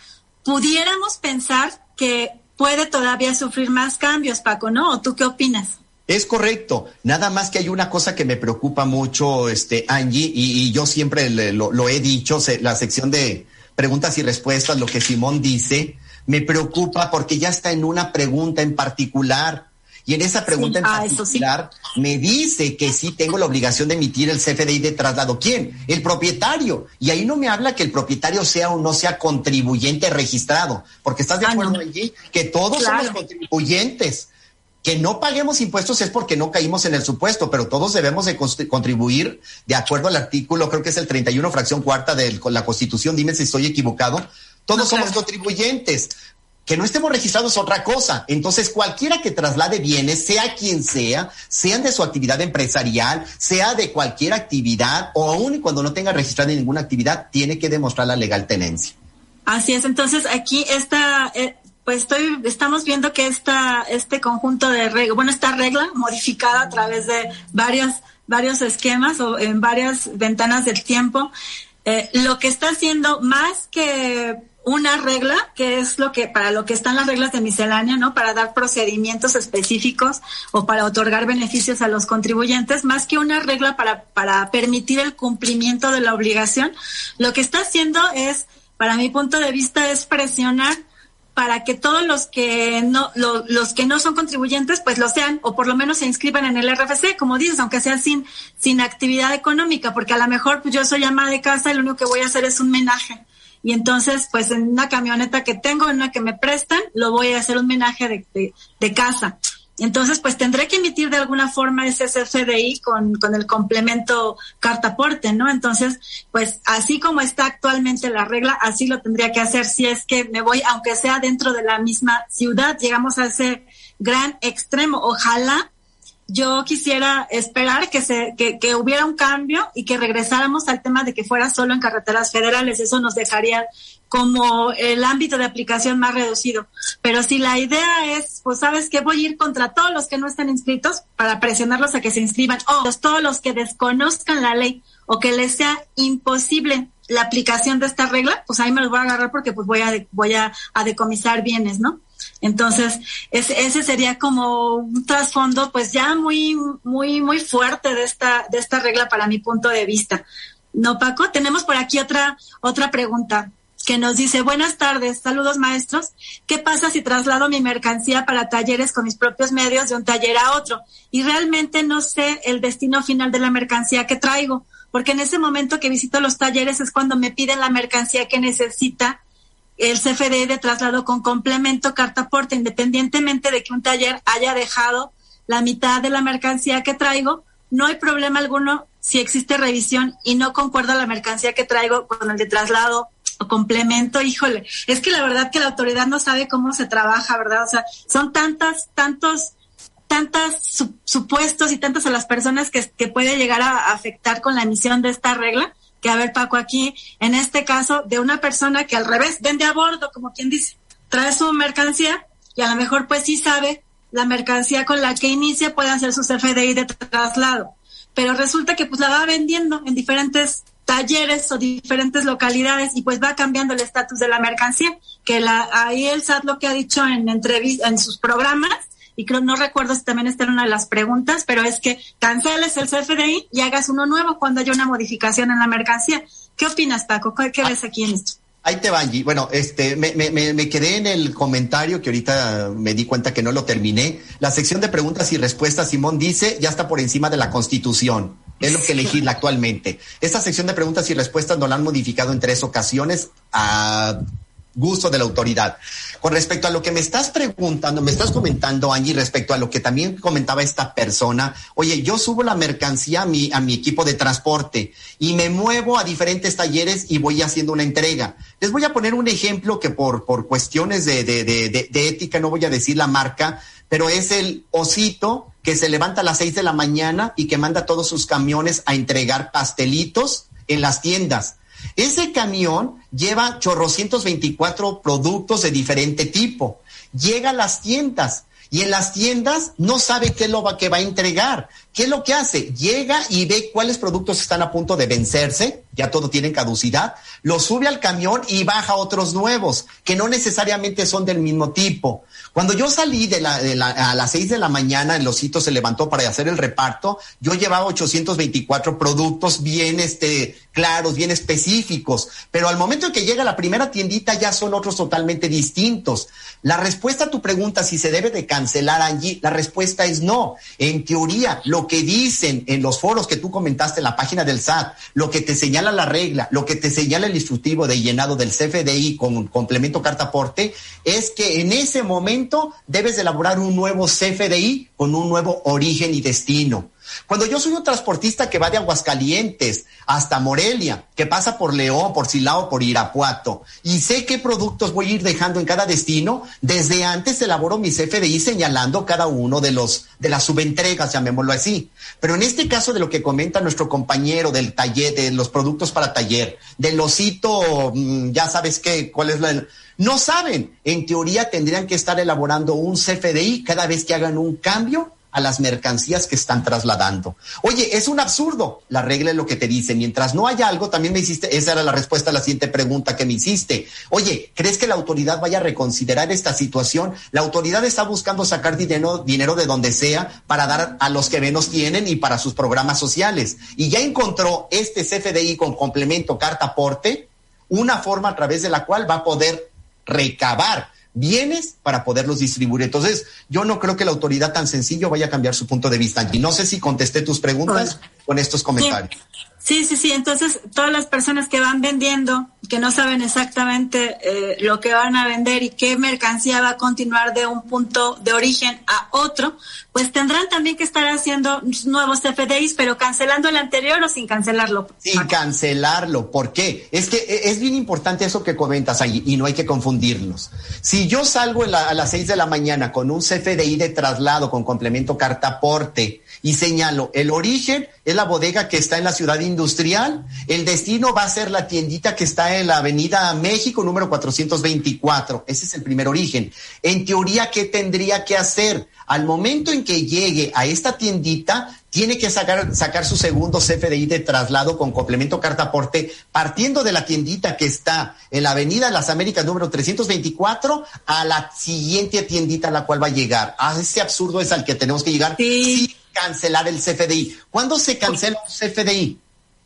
pudiéramos pensar que puede todavía sufrir más cambios, Paco, ¿no? ¿O tú qué opinas? Es correcto, nada más que hay una cosa que me preocupa mucho, Angie, y yo siempre lo he dicho, la sección de preguntas y respuestas, lo que Simón dice, me preocupa porque ya está en una pregunta en particular, y en esa pregunta en particular me dice que sí tengo la obligación de emitir el CFDI de traslado. ¿Quién? El propietario, y ahí no me habla que el propietario sea o no sea contribuyente registrado, porque estás de acuerdo, Angie, que todos somos contribuyentes. Que no paguemos impuestos es porque no caímos en el supuesto, pero todos debemos de contribuir de acuerdo al artículo, creo que es el 31, fracción cuarta de la Constitución, dime si estoy equivocado. Todos somos contribuyentes. Que no estemos registrados es otra cosa. Entonces, cualquiera que traslade bienes, sea quien sea, sean de su actividad empresarial, sea de cualquier actividad, o aún cuando no tenga registrada ninguna actividad, tiene que demostrar la legal tenencia. Así es. Entonces, aquí estamos viendo que este conjunto de reglas, esta regla modificada a través de varios esquemas o en varias ventanas del tiempo, lo que está haciendo más que una regla, que es para lo que están las reglas de miscelánea, ¿no? Para dar procedimientos específicos o para otorgar beneficios a los contribuyentes, más que una regla para permitir el cumplimiento de la obligación, lo que está haciendo es, para mi punto de vista, es presionar para que todos los que no son contribuyentes pues lo sean, o por lo menos se inscriban en el RFC, como dices, aunque sea sin actividad económica, porque a lo mejor pues yo soy ama de casa y lo único que voy a hacer es un menaje, y entonces pues en una camioneta que tengo, en una que me prestan, lo voy a hacer un menaje de casa. Entonces, pues tendré que emitir de alguna forma ese CFDI con el complemento carta aporte, ¿no? Entonces, pues así como está actualmente la regla, así lo tendría que hacer si es que me voy, aunque sea dentro de la misma ciudad, llegamos a ese gran extremo. Ojalá, yo quisiera esperar que hubiera un cambio y que regresáramos al tema de que fuera solo en carreteras federales. Eso nos dejaría como el ámbito de aplicación más reducido. Pero si la idea es, pues sabes que voy a ir contra todos los que no están inscritos para presionarlos a que se inscriban, o todos los que desconozcan la ley o que les sea imposible la aplicación de esta regla, pues ahí me los voy a agarrar porque pues voy a decomisar bienes, ¿no? Entonces, ese sería como un trasfondo pues ya muy, muy, muy fuerte de esta regla para mi punto de vista. ¿No, Paco? Tenemos por aquí otra pregunta que nos dice: buenas tardes, saludos maestros. ¿Qué pasa si traslado mi mercancía para talleres con mis propios medios de un taller a otro y realmente no sé el destino final de la mercancía que traigo? Porque en ese momento que visito los talleres es cuando me piden la mercancía que necesita el CFDI de traslado con complemento carta aporte, independientemente de que un taller haya dejado la mitad de la mercancía que traigo. No hay problema alguno si existe revisión y no concuerda la mercancía que traigo con el de traslado o complemento. Híjole, es que la verdad que la autoridad no sabe cómo se trabaja, ¿verdad? O sea, son tantos supuestos y tantas a las personas que puede llegar a afectar con la emisión de esta regla, que a ver, Paco, aquí, en este caso, de una persona que al revés vende a bordo, como quien dice, trae su mercancía y a lo mejor pues sí sabe la mercancía con la que inicia, puede hacer su CFDI de traslado, pero resulta que pues la va vendiendo en diferentes talleres o diferentes localidades y pues va cambiando el estatus de la mercancía, que ahí el SAT lo que ha dicho en sus programas, y creo, no recuerdo si también esta era una de las preguntas, pero es que canceles el CFDI y hagas uno nuevo cuando haya una modificación en la mercancía. ¿Qué opinas, Paco? ¿Qué ves aquí en esto? Ahí te va, Angie. Bueno, me quedé en el comentario que ahorita me di cuenta que no lo terminé. La sección de preguntas y respuestas, Simón dice, ya está por encima de la Constitución. Es lo que legisla actualmente. Esta sección de preguntas y respuestas no la han modificado en 3 ocasiones a gusto de la autoridad. Con respecto a lo que me estás preguntando, me estás comentando, Angie, respecto a lo que también comentaba esta persona, oye, yo subo la mercancía a mi equipo de transporte y me muevo a diferentes talleres y voy haciendo una entrega. Les voy a poner un ejemplo que por cuestiones de ética no voy a decir la marca, pero es el Osito que se levanta a las 6 de la mañana y que manda todos sus camiones a entregar pastelitos en las tiendas. Ese camión lleva 824 productos de diferente tipo. Llega a las tiendas y en las tiendas no sabe qué va a entregar. ¿qué es lo que hace? Llega y ve cuáles productos están a punto de vencerse, ya todo tiene caducidad, lo sube al camión y baja otros nuevos, que no necesariamente son del mismo tipo. Cuando yo salí a las 6 de la mañana, el osito se levantó para hacer el reparto, yo llevaba 824 productos bien claros, bien específicos, pero al momento en que llega la primera tiendita ya son otros totalmente distintos. La respuesta a tu pregunta, si se debe de cancelar, Angie, la respuesta es no. En teoría, lo que dicen en los foros que tú comentaste en la página del SAT, lo que te señala la regla, lo que te señala el instructivo de llenado del CFDI con complemento carta aporte, es que en ese momento debes de elaborar un nuevo CFDI con un nuevo origen y destino. Cuando yo soy un transportista que va de Aguascalientes hasta Morelia, que pasa por León, por Silao, por Irapuato, y sé qué productos voy a ir dejando en cada destino, desde antes elaboro mi CFDI señalando cada uno de las subentregas, llamémoslo así. Pero en este caso de lo que comenta nuestro compañero del taller, de los productos para taller, del osito, ya sabes cuál es no saben. En teoría tendrían que estar elaborando un CFDI cada vez que hagan un cambio a las mercancías que están trasladando. Oye, es un absurdo. La regla es lo que te dice. Mientras no haya algo, también me hiciste, esa era la respuesta a la siguiente pregunta que me hiciste. Oye, ¿crees que la autoridad vaya a reconsiderar esta situación? La autoridad está buscando sacar dinero de donde sea para dar a los que menos tienen y para sus programas sociales. Y ya encontró este CFDI con complemento carta aporte, una forma a través de la cual va a poder recabar bienes para poderlos distribuir. Entonces, yo no creo que la autoridad tan sencillo vaya a cambiar su punto de vista. Y no sé si contesté tus preguntas con estos comentarios. Sí. Entonces, todas las personas que van vendiendo, que no saben exactamente lo que van a vender y qué mercancía va a continuar de un punto de origen a otro, pues tendrán también que estar haciendo nuevos CFDIs, pero cancelando el anterior o sin cancelarlo. Sin cancelarlo. ¿Por qué? Es que es bien importante eso que comentas ahí y no hay que confundirlos. Si yo salgo a las 6 de la mañana con un CFDI de traslado con complemento carta aporte y señalo, el origen es la bodega que está en la ciudad industrial, el destino va a ser la tiendita que está en la avenida México, número 424. Ese es el primer origen. En teoría, ¿qué tendría que hacer? Al momento en que llegue a esta tiendita, tiene que sacar su segundo CFDI de traslado con complemento carta aporte, partiendo de la tiendita que está en la avenida Las Américas, número 324, a la siguiente tiendita a la cual va a llegar. A ese absurdo es al que tenemos que llegar. Sí. Cancelar el CFDI. ¿Cuándo se cancela un CFDI?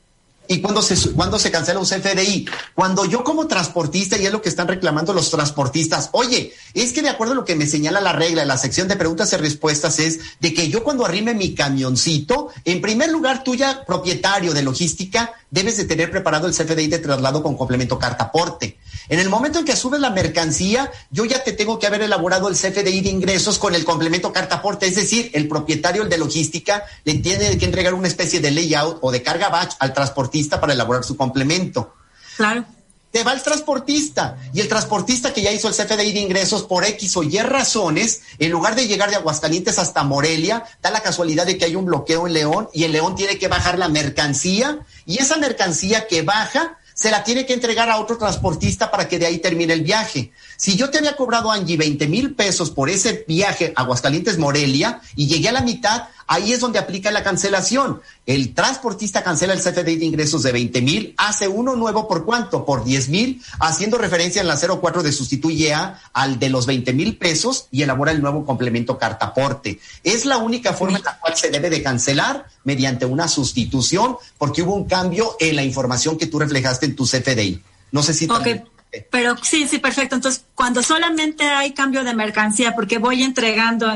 ¿Y cuándo se cancela un CFDI? Cuando yo como transportista, y es lo que están reclamando los transportistas, oye, es que de acuerdo a lo que me señala la regla en la sección de preguntas y respuestas es de que yo cuando arrime mi camioncito, en primer lugar tú ya propietario de logística, debes de tener preparado el CFDI de traslado con complemento carta aporte. En el momento en que subes la mercancía, yo ya te tengo que haber elaborado el CFDI de ingresos con el complemento carta aporte, es decir, el propietario, el de logística, le tiene que entregar una especie de layout o de carga batch al transportista para elaborar su complemento. Claro. Te va el transportista, y el transportista que ya hizo el CFDI de ingresos por X o Y razones, en lugar de llegar de Aguascalientes hasta Morelia, da la casualidad de que hay un bloqueo en León, y en León tiene que bajar la mercancía, y esa mercancía que baja se la tiene que entregar a otro transportista para que de ahí termine el viaje. Si yo te había cobrado, Angie, 20,000 pesos por ese viaje Aguascalientes-Morelia y llegué a la mitad, ahí es donde aplica la cancelación. El transportista cancela el CFDI de ingresos de 20,000, hace uno nuevo ¿por cuánto? Por 10,000, haciendo referencia en la 04 de sustituye a al de los 20,000 pesos y elabora el nuevo complemento carta aporte. Es la única forma en la cual se debe de cancelar mediante una sustitución porque hubo un cambio en la información que tú reflejaste en tu CFDI. No sé si... Okay. Pero sí, perfecto. Entonces, cuando solamente hay cambio de mercancía, porque voy entregando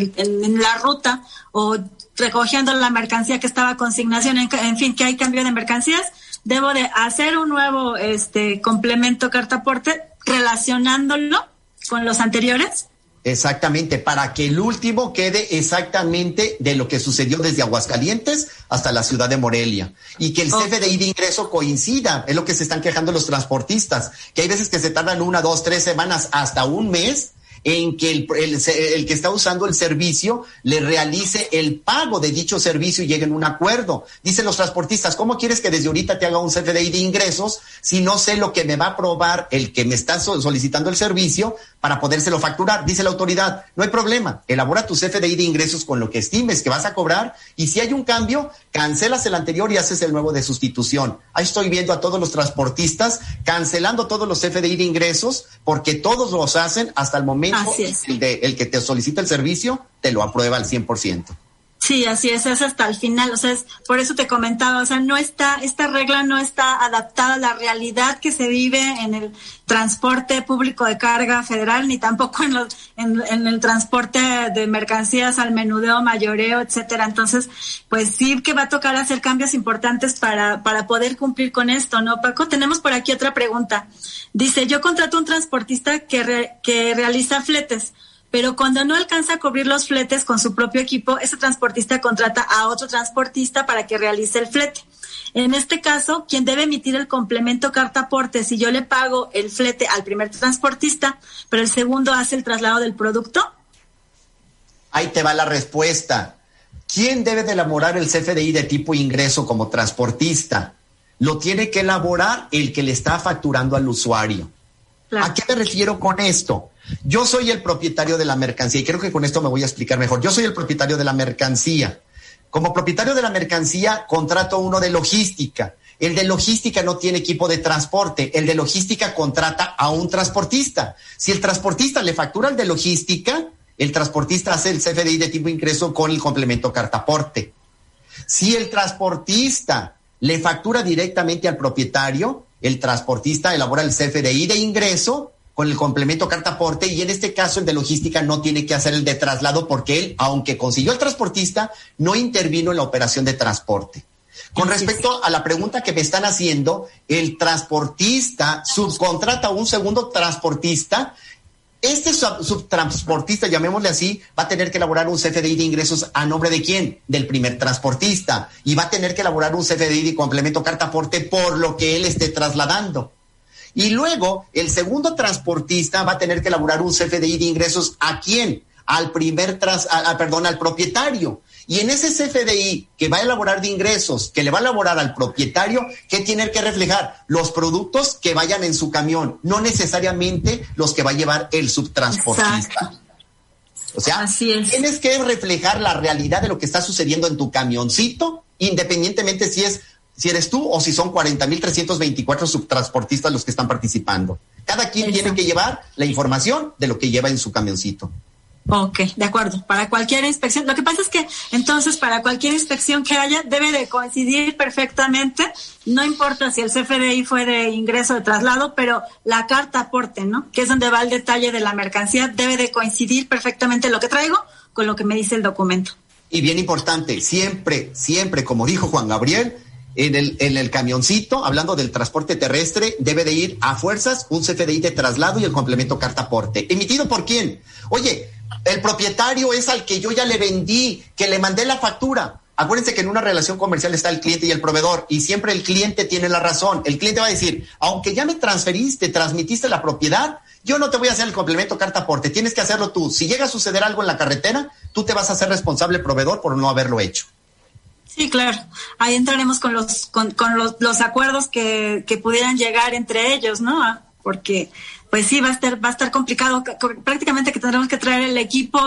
en la ruta o recogiendo la mercancía que estaba a consignación, en fin, que hay cambio de mercancías, debo de hacer un nuevo complemento carta aporte relacionándolo con los anteriores. Exactamente, para que el último quede exactamente de lo que sucedió desde Aguascalientes hasta la ciudad de Morelia. Y que el CFDI de ingreso coincida, es lo que se están quejando los transportistas, que hay veces que se tardan 1, 2, 3 semanas, hasta un mes en que el que está usando el servicio le realice el pago de dicho servicio y lleguen a un acuerdo. Dicen los transportistas, ¿cómo quieres que desde ahorita te haga un CFDI de ingresos si no sé lo que me va a aprobar el que me está solicitando el servicio para podérselo facturar? Dice la autoridad, no hay problema, elabora tu CFDI de ingresos con lo que estimes que vas a cobrar y si hay un cambio, cancelas el anterior y haces el nuevo de sustitución. Ahí estoy viendo a todos los transportistas cancelando todos los CFDI de ingresos porque todos los hacen hasta el momento el que te solicita el servicio te lo aprueba al 100%. Sí, así es hasta el final, o sea, por eso te comentaba, o sea, esta regla no está adaptada a la realidad que se vive en el transporte público de carga federal, ni tampoco en el transporte de mercancías al menudeo, mayoreo, etcétera. Entonces, pues sí que va a tocar hacer cambios importantes para poder cumplir con esto, ¿no, Paco? Tenemos por aquí otra pregunta. Dice, yo contrato un transportista que realiza fletes, pero cuando no alcanza a cubrir los fletes con su propio equipo, ese transportista contrata a otro transportista para que realice el flete. En este caso, quien debe emitir el complemento carta aporte si yo le pago el flete al primer transportista, pero el segundo hace el traslado del producto? Ahí te va la respuesta. ¿Quién debe de elaborar el CFDI de tipo ingreso como transportista? Lo tiene que elaborar el que le está facturando al usuario. Claro. ¿A qué me refiero con esto? Yo soy el propietario de la mercancía y creo que con esto me voy a explicar mejor. Yo soy el propietario de la mercancía. Como propietario de la mercancía, contrato uno de logística. El de logística no tiene equipo de transporte. El de logística contrata a un transportista. Si el transportista le factura al de logística, el transportista hace el CFDI de tipo ingreso con el complemento carta aporte. Si el transportista le factura directamente al propietario, el transportista elabora el CFDI de ingreso con el complemento carta aporte y en este caso el de logística no tiene que hacer el de traslado porque él, aunque consiguió el transportista, no intervino en la operación de transporte. Con respecto a la pregunta que me están haciendo, el transportista subcontrata a un segundo transportista. Este subtransportista, llamémosle así, va a tener que elaborar un CFDI de ingresos ¿a nombre de quién? Del primer transportista. Y va a tener que elaborar un CFDI de complemento carta aporte por lo que él esté trasladando. Y luego, el segundo transportista va a tener que elaborar un CFDI de ingresos ¿a quién? Al propietario. Y en ese CFDI que va a elaborar de ingresos, que le va a elaborar al propietario, ¿qué tiene que reflejar? Los productos que vayan en su camión, no necesariamente los que va a llevar el subtransportista. Exacto. O sea, tienes que reflejar la realidad de lo que está sucediendo en tu camioncito, independientemente si eres tú o si son 40,324 subtransportistas los que están participando. Cada quien tiene que llevar la información de lo que lleva en su camioncito. Ok, de acuerdo. Para cualquier inspección, lo que pasa es que entonces para cualquier inspección que haya debe de coincidir perfectamente, no importa si el CFDI fue de ingreso o de traslado, pero la carta aporte, ¿no? Que es donde va el detalle de la mercancía, debe de coincidir perfectamente lo que traigo con lo que me dice el documento. Y bien importante, siempre, como dijo Juan Gabriel, en el camioncito, hablando del transporte terrestre, debe de ir a fuerzas un CFDI de traslado y el complemento carta aporte. ¿Emitido por quién? Oye, el propietario es al que yo ya le vendí, que le mandé la factura. Acuérdense que en una relación comercial está el cliente y el proveedor y siempre el cliente tiene la razón. El cliente va a decir, aunque ya me transmitiste la propiedad, yo no te voy a hacer el complemento carta aporte, tienes que hacerlo tú. Si llega a suceder algo en la carretera, tú te vas a hacer responsable proveedor por no haberlo hecho. Sí, claro. Ahí entraremos con los acuerdos que pudieran llegar entre ellos, ¿no? Porque pues sí, va a estar complicado. Prácticamente que tendremos que traer el equipo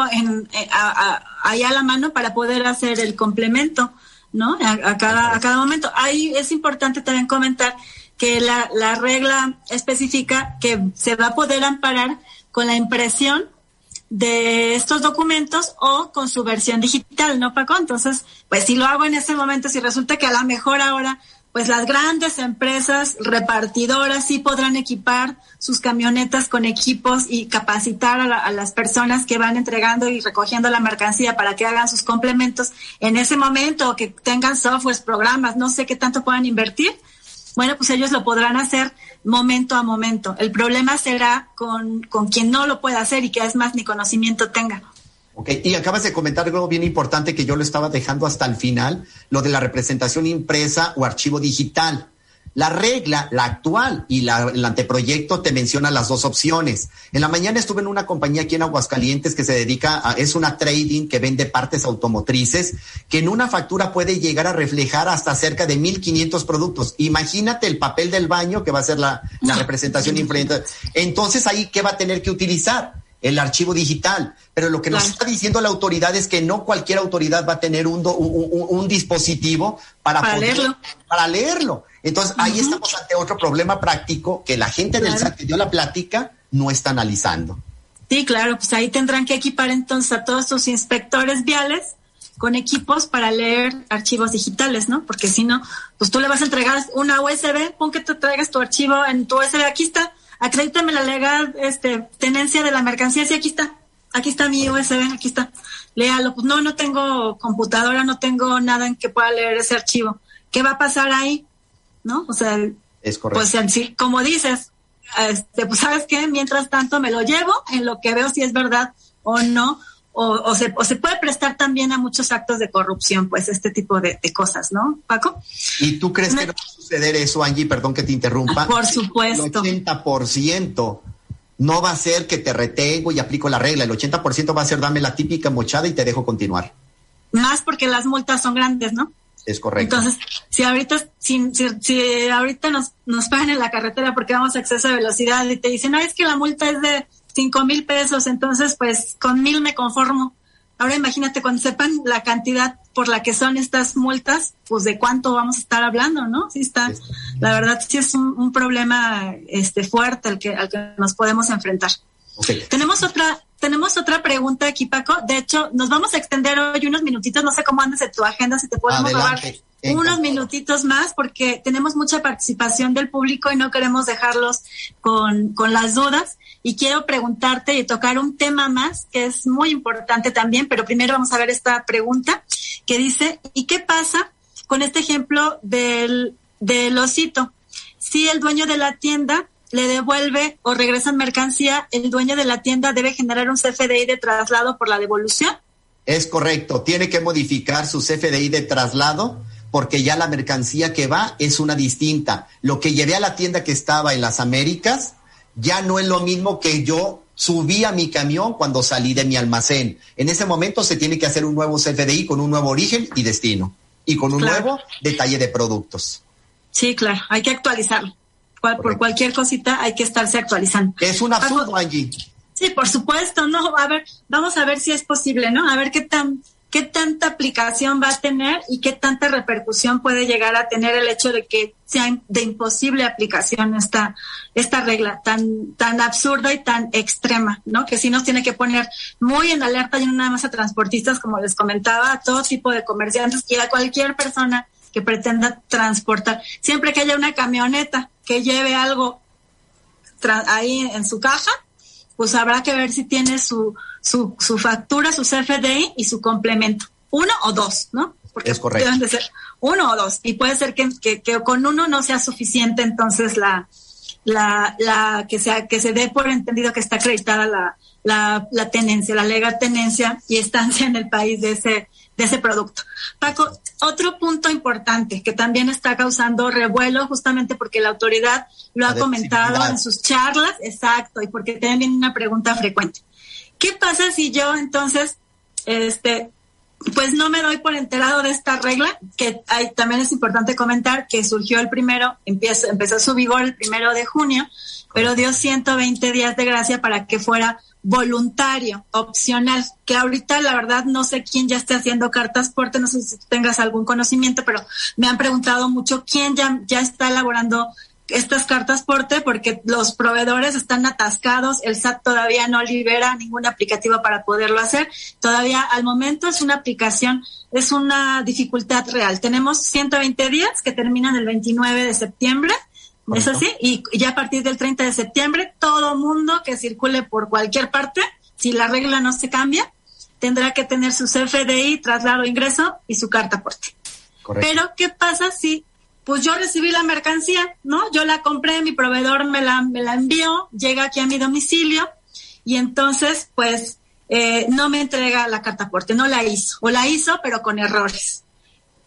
ahí a la mano para poder hacer el complemento, ¿no? A cada momento. Ahí es importante también comentar que la regla especifica que se va a poder amparar con la impresión de estos documentos o con su versión digital, ¿no, Paco? Entonces, pues si lo hago en ese momento, si resulta que a lo mejor ahora pues las grandes empresas repartidoras sí podrán equipar sus camionetas con equipos y capacitar a las personas que van entregando y recogiendo la mercancía para que hagan sus complementos en ese momento, o que tengan softwares, programas, no sé qué tanto puedan invertir. Bueno, pues ellos lo podrán hacer momento a momento. El problema será con quien no lo pueda hacer y que es más ni conocimiento tenga. Ok, y acabas de comentar algo bien importante que yo lo estaba dejando hasta el final, lo de la representación impresa o archivo digital. La regla, la actual y el anteproyecto te menciona las dos opciones. En la mañana estuve en una compañía aquí en Aguascalientes que se dedica es una trading que vende partes automotrices, que en una factura puede llegar a reflejar hasta cerca de 1,500 productos. Imagínate el papel del baño que va a ser la representación imprenta. Entonces ahí, ¿qué va a tener que utilizar? El archivo digital. Pero lo que nos está diciendo la autoridad es que no cualquier autoridad va a tener un dispositivo para leerlo. Entonces, ahí estamos ante otro problema práctico que la gente del SAT que dio la plática no está analizando. Sí, claro, pues ahí tendrán que equipar entonces a todos sus inspectores viales con equipos para leer archivos digitales, ¿no? Porque si no, pues tú le vas a entregar una USB, pon que te traigas tu archivo en tu USB, aquí está, acredítame la legal tenencia de la mercancía, sí, aquí está mi USB, aquí está, léalo. Pues no tengo computadora, no tengo nada en que pueda leer ese archivo. ¿Qué va a pasar ahí? ¿No? O sea, es correcto. Pues sí, como dices, pues sabes qué, mientras tanto me lo llevo en lo que veo si es verdad o no, o se puede prestar también a muchos actos de corrupción, pues este tipo de cosas, ¿no, Paco? ¿Y tú crees que no va a suceder eso, Angie? Perdón que te interrumpa. Por supuesto. El 80% no va a ser que te retengo y aplico la regla, el 80% va a ser dame la típica mochada y te dejo continuar. Más porque las multas son grandes, ¿no? Es correcto. Entonces, si ahorita nos pagan en la carretera porque vamos a exceso de velocidad y te dicen, no, es que la multa es de 5,000 pesos, entonces pues con 1,000 me conformo. Ahora imagínate cuando sepan la cantidad por la que son estas multas, pues de cuánto vamos a estar hablando, ¿no? Sí está, la verdad sí es un problema fuerte al que nos podemos enfrentar. Okay. Tenemos otra pregunta aquí, Paco. De hecho, nos vamos a extender hoy unos minutitos. No sé cómo andes en tu agenda, si te podemos robar unos minutitos más, porque tenemos mucha participación del público y no queremos dejarlos con las dudas. Y quiero preguntarte y tocar un tema más que es muy importante también, pero primero vamos a ver esta pregunta que dice, ¿y qué pasa con este ejemplo del osito? Si el dueño de la tienda le devuelve o regresan mercancía, el dueño de la tienda debe generar un CFDI de traslado por la devolución. Es correcto, tiene que modificar su CFDI de traslado porque ya la mercancía que va es una distinta. Lo que llevé a la tienda que estaba en las Américas ya no es lo mismo que yo subí a mi camión cuando salí de mi almacén. En ese momento se tiene que hacer un nuevo CFDI con un nuevo origen y destino y con un nuevo detalle de productos. Sí, claro, hay que actualizarlo. Por cualquier cosita hay que estarse actualizando. Es un absurdo, Angie. Sí, por supuesto, no, a ver, vamos a ver si es posible, ¿no? A ver qué tanta aplicación va a tener y qué tanta repercusión puede llegar a tener el hecho de que sea de imposible aplicación esta regla tan absurda y tan extrema, ¿no? Que sí nos tiene que poner muy en alerta y no nada más a transportistas, como les comentaba, a todo tipo de comerciantes y a cualquier persona que pretenda transportar. Siempre que haya una camioneta que lleve algo ahí en su caja, pues habrá que ver si tiene su factura, su CFDI y su complemento. 1 o 2, ¿no? Porque es correcto. Deben de ser 1 o 2. Y puede ser que con uno no sea suficiente, entonces que se dé por entendido que está acreditada la tenencia, la legal tenencia y estancia en el país de ese producto. Paco, otro punto importante que también está causando revuelo justamente porque la autoridad lo ha comentado en sus charlas, exacto, y porque también viene una pregunta frecuente. ¿Qué pasa si yo entonces, pues no me doy por enterado de esta regla? Que también es importante comentar que surgió empezó su vigor el 1 de junio, pero dio 120 días de gracia para que fuera voluntario, opcional, que ahorita la verdad no sé quién ya esté haciendo cartas porte, no sé si tú tengas algún conocimiento, pero me han preguntado mucho quién ya está elaborando estas cartas porte porque los proveedores están atascados, el SAT todavía no libera ningún aplicativo para poderlo hacer, todavía al momento es una aplicación, es una dificultad real. Tenemos 120 días que terminan el 29 de septiembre, ¿es así? Y ya a partir del 30 de septiembre, todo mundo que circule por cualquier parte, si la regla no se cambia, tendrá que tener su CFDI, traslado, ingreso y su carta porte. Correcto. Pero, ¿qué pasa si pues yo recibí la mercancía, ¿no? Yo la compré, mi proveedor me la envió, llega aquí a mi domicilio y entonces, pues, no me entrega la carta porte, no la hizo, o la hizo, pero con errores.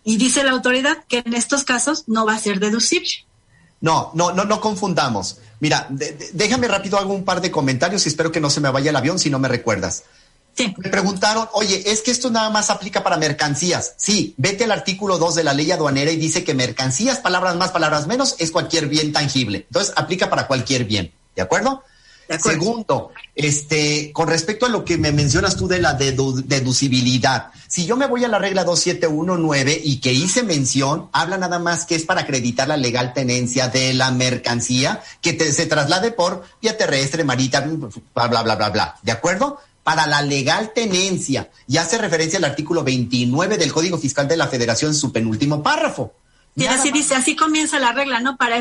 Y dice la autoridad que en estos casos no va a ser deducible. No confundamos. Mira, déjame rápido, hago un par de comentarios y espero que no se me vaya el avión si no me recuerdas. Sí. Me preguntaron, oye, es que esto nada más aplica para mercancías. Sí, vete al artículo 2 de la ley aduanera y dice que mercancías, palabras más, palabras menos, es cualquier bien tangible. Entonces, aplica para cualquier bien. ¿De acuerdo? De acuerdo. Segundo, con respecto a lo que me mencionas tú de la deducibilidad, si yo me voy a la regla 2719 y que hice mención, habla nada más que es para acreditar la legal tenencia de la mercancía que se traslade por vía terrestre, marítima, bla, bla, bla, bla, bla. ¿De acuerdo? Para la legal tenencia, y hace referencia al artículo 29 del Código Fiscal de la Federación, su penúltimo párrafo. Sí, así dice, así comienza la regla, ¿no? Para los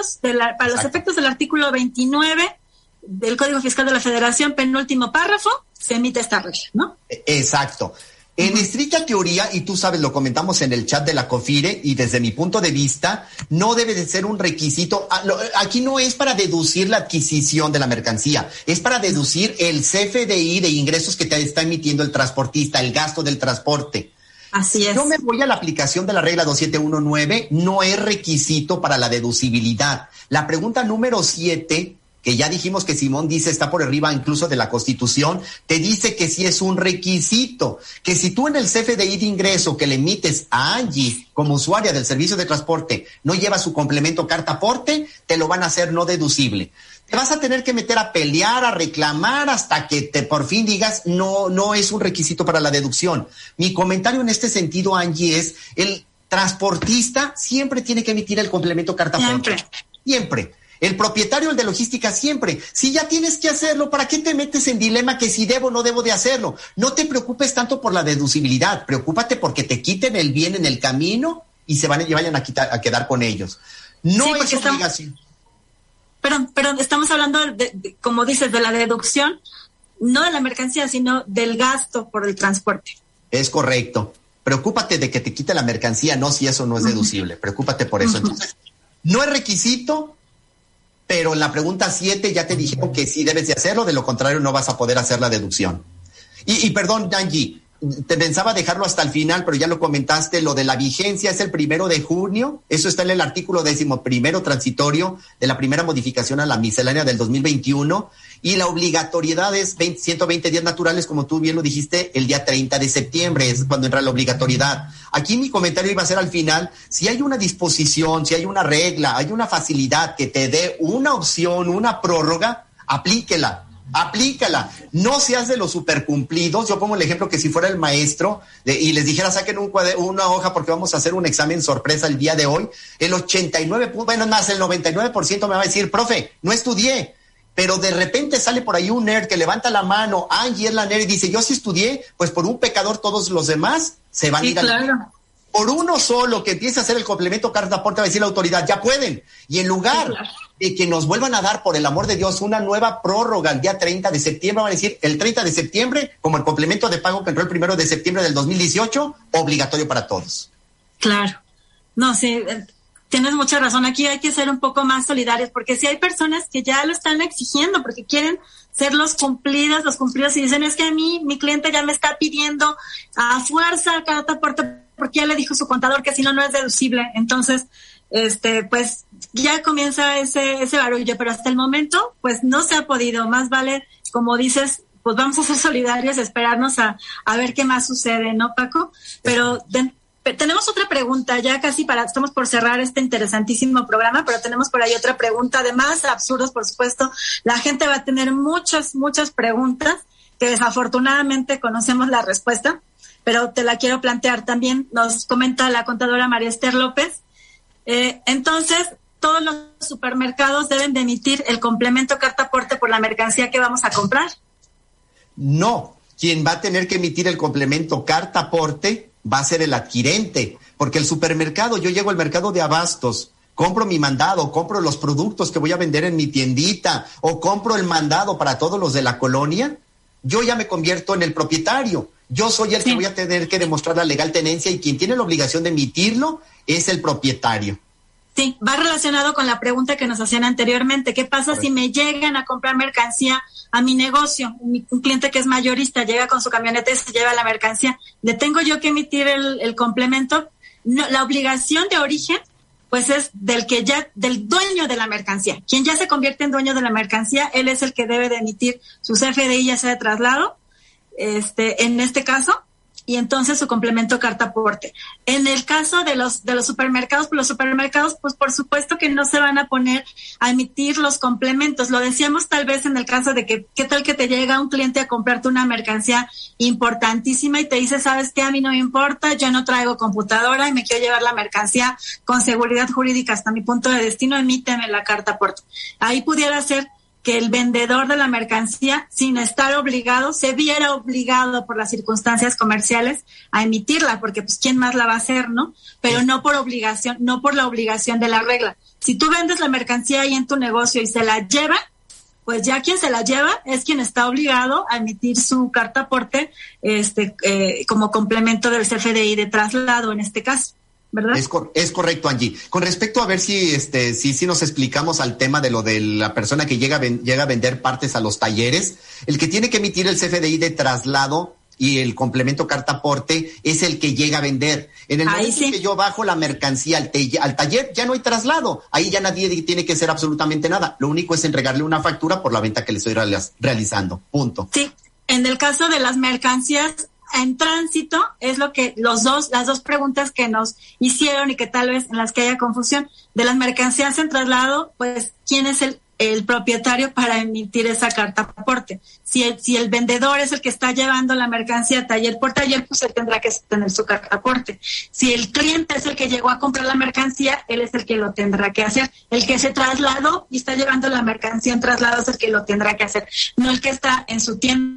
efectos del artículo 29 del Código Fiscal de la Federación, penúltimo párrafo, se emite esta regla, ¿no? Exacto. En estricta teoría, y tú sabes, lo comentamos en el chat de la COFIRE, y desde mi punto de vista, no debe de ser un requisito. Aquí no es para deducir la adquisición de la mercancía, es para deducir el CFDI de ingresos que te está emitiendo el transportista, el gasto del transporte. Así es. Yo me voy a la aplicación de la regla 2719, no es requisito para la deducibilidad. La pregunta número 7, que ya dijimos que Simón dice está por arriba incluso de la Constitución, te dice que sí es un requisito, que si tú en el CFDI de ingreso que le emites a Angie como usuaria del servicio de transporte no lleva su complemento carta aporte, te lo van a hacer no deducible. Te vas a tener que meter a pelear, a reclamar hasta que te por fin digas no es un requisito para la deducción. Mi comentario en este sentido, Angie, es el transportista siempre tiene que emitir el complemento carta aporte. Siempre. El propietario, el de logística, siempre. Si ya tienes que hacerlo, ¿para qué te metes en dilema que si debo o no debo de hacerlo? No te preocupes tanto por la deducibilidad, preocúpate porque te quiten el bien en el camino y vayan a quedar con ellos. No es obligación. Pero estamos hablando, como dices, de la deducción, no de la mercancía, sino del gasto por el transporte. Es correcto. Preocúpate de que te quite la mercancía, no si eso no es deducible. Preocúpate por eso. Entonces, no es requisito, pero en la pregunta 7 ya te dijeron que sí debes de hacerlo, de lo contrario no vas a poder hacer la deducción. Y perdón, Angie, te pensaba dejarlo hasta el final, pero ya lo comentaste, lo de la vigencia es el 1 de junio, eso está en el artículo 11º transitorio de la primera modificación a la miscelánea del 2021, y la obligatoriedad es 120 días naturales, como tú bien lo dijiste, el día 30 de septiembre es cuando entra la obligatoriedad. Aquí mi comentario iba a ser al final, si hay una disposición, si hay una regla, hay una facilidad que te dé una opción, una prórroga, aplíquela. No seas de los supercumplidos. Yo pongo el ejemplo que si fuera el maestro y les dijera saquen una hoja porque vamos a hacer un examen sorpresa el día de hoy, el 99% me va a decir, profe, no estudié. Pero de repente sale por ahí un nerd que levanta la mano, Angie es la nerd y dice, yo sí estudié, pues por un pecador todos los demás se van a ir claro. Por uno solo que empiece a hacer el complemento carta aporte va a decir la autoridad, ya pueden. Y en lugar de que nos vuelvan a dar, por el amor de Dios, una nueva prórroga el día 30 de septiembre, van a decir el 30 de septiembre, como el complemento de pago que entró el 1 de septiembre del 2018, obligatorio para todos. Claro. No, sí, tienes mucha razón. Aquí hay que ser un poco más solidarios, porque si hay personas que ya lo están exigiendo, porque quieren ser los cumplidos y dicen, es que a mí, mi cliente ya me está pidiendo a fuerza carta aporte, porque ya le dijo su contador que si no, no es deducible. Entonces, pues ya comienza ese barullo, pero hasta el momento, pues no se ha podido. Más vale, como dices, pues vamos a ser solidarios, esperarnos a ver qué más sucede, ¿no, Paco? Pero tenemos otra pregunta, ya casi estamos por cerrar este interesantísimo programa, pero tenemos por ahí otra pregunta, de más absurdos, por supuesto. La gente va a tener muchas preguntas que desafortunadamente conocemos la respuesta, pero te la quiero plantear. También nos comenta la contadora María Esther López. Entonces, todos los supermercados deben de emitir el complemento carta aporte por la mercancía que vamos a comprar. No, quien va a tener que emitir el complemento carta aporte va a ser el adquirente, porque el supermercado, yo llego al mercado de abastos, compro mi mandado, compro los productos que voy a vender en mi tiendita, o compro el mandado para todos los de la colonia, yo ya me convierto en el propietario. Yo soy el que voy a tener que demostrar la legal tenencia y quien tiene la obligación de emitirlo es el propietario. Sí, va relacionado con la pregunta que nos hacían anteriormente. ¿Qué pasa si me llegan a comprar mercancía a mi negocio? Un cliente que es mayorista llega con su camioneta y se lleva la mercancía. ¿Le tengo yo que emitir el complemento? No, la obligación de origen pues es del dueño de la mercancía. Quien ya se convierte en dueño de la mercancía, él es el que debe de emitir su CFDI, ya sea de traslado, en este caso, y entonces su complemento carta aporte. En el caso de los supermercados, pues por supuesto que no se van a poner a emitir los complementos. Lo decíamos tal vez en el caso de que, ¿qué tal que te llega un cliente a comprarte una mercancía importantísima y te dice, ¿sabes qué? A mí no me importa, yo no traigo computadora y me quiero llevar la mercancía con seguridad jurídica hasta mi punto de destino, emíteme la carta aporte. Ahí pudiera ser que el vendedor de la mercancía, sin estar obligado, se viera obligado por las circunstancias comerciales a emitirla, porque pues quién más la va a hacer, ¿no? Pero no por obligación, no por la obligación de la regla. Si tú vendes la mercancía ahí en tu negocio y se la lleva, pues ya quien se la lleva es quien está obligado a emitir su carta aporte, como complemento del CFDI de traslado en este caso. ¿Verdad? Es correcto, Angie. Con respecto a ver si nos explicamos al tema de lo de la persona que llega a vender partes a los talleres, el que tiene que emitir el CFDI de traslado y el complemento carta aporte es el que llega a vender. En el momento que yo bajo la mercancía al taller, ya no hay traslado. Ahí ya nadie tiene que hacer absolutamente nada. Lo único es entregarle una factura por la venta que le estoy realizando. Punto. Sí, en el caso de las mercancías en tránsito es lo que las dos preguntas que nos hicieron y que tal vez en las que haya confusión. De las mercancías en traslado, pues ¿quién es el propietario para emitir esa carta aporte? Si el vendedor es el que está llevando la mercancía taller por taller, pues él tendrá que tener su carta aporte. Si el cliente es el que llegó a comprar la mercancía, él es el que lo tendrá que hacer. El que se trasladó y está llevando la mercancía en traslado es el que lo tendrá que hacer, no el que está en su tienda.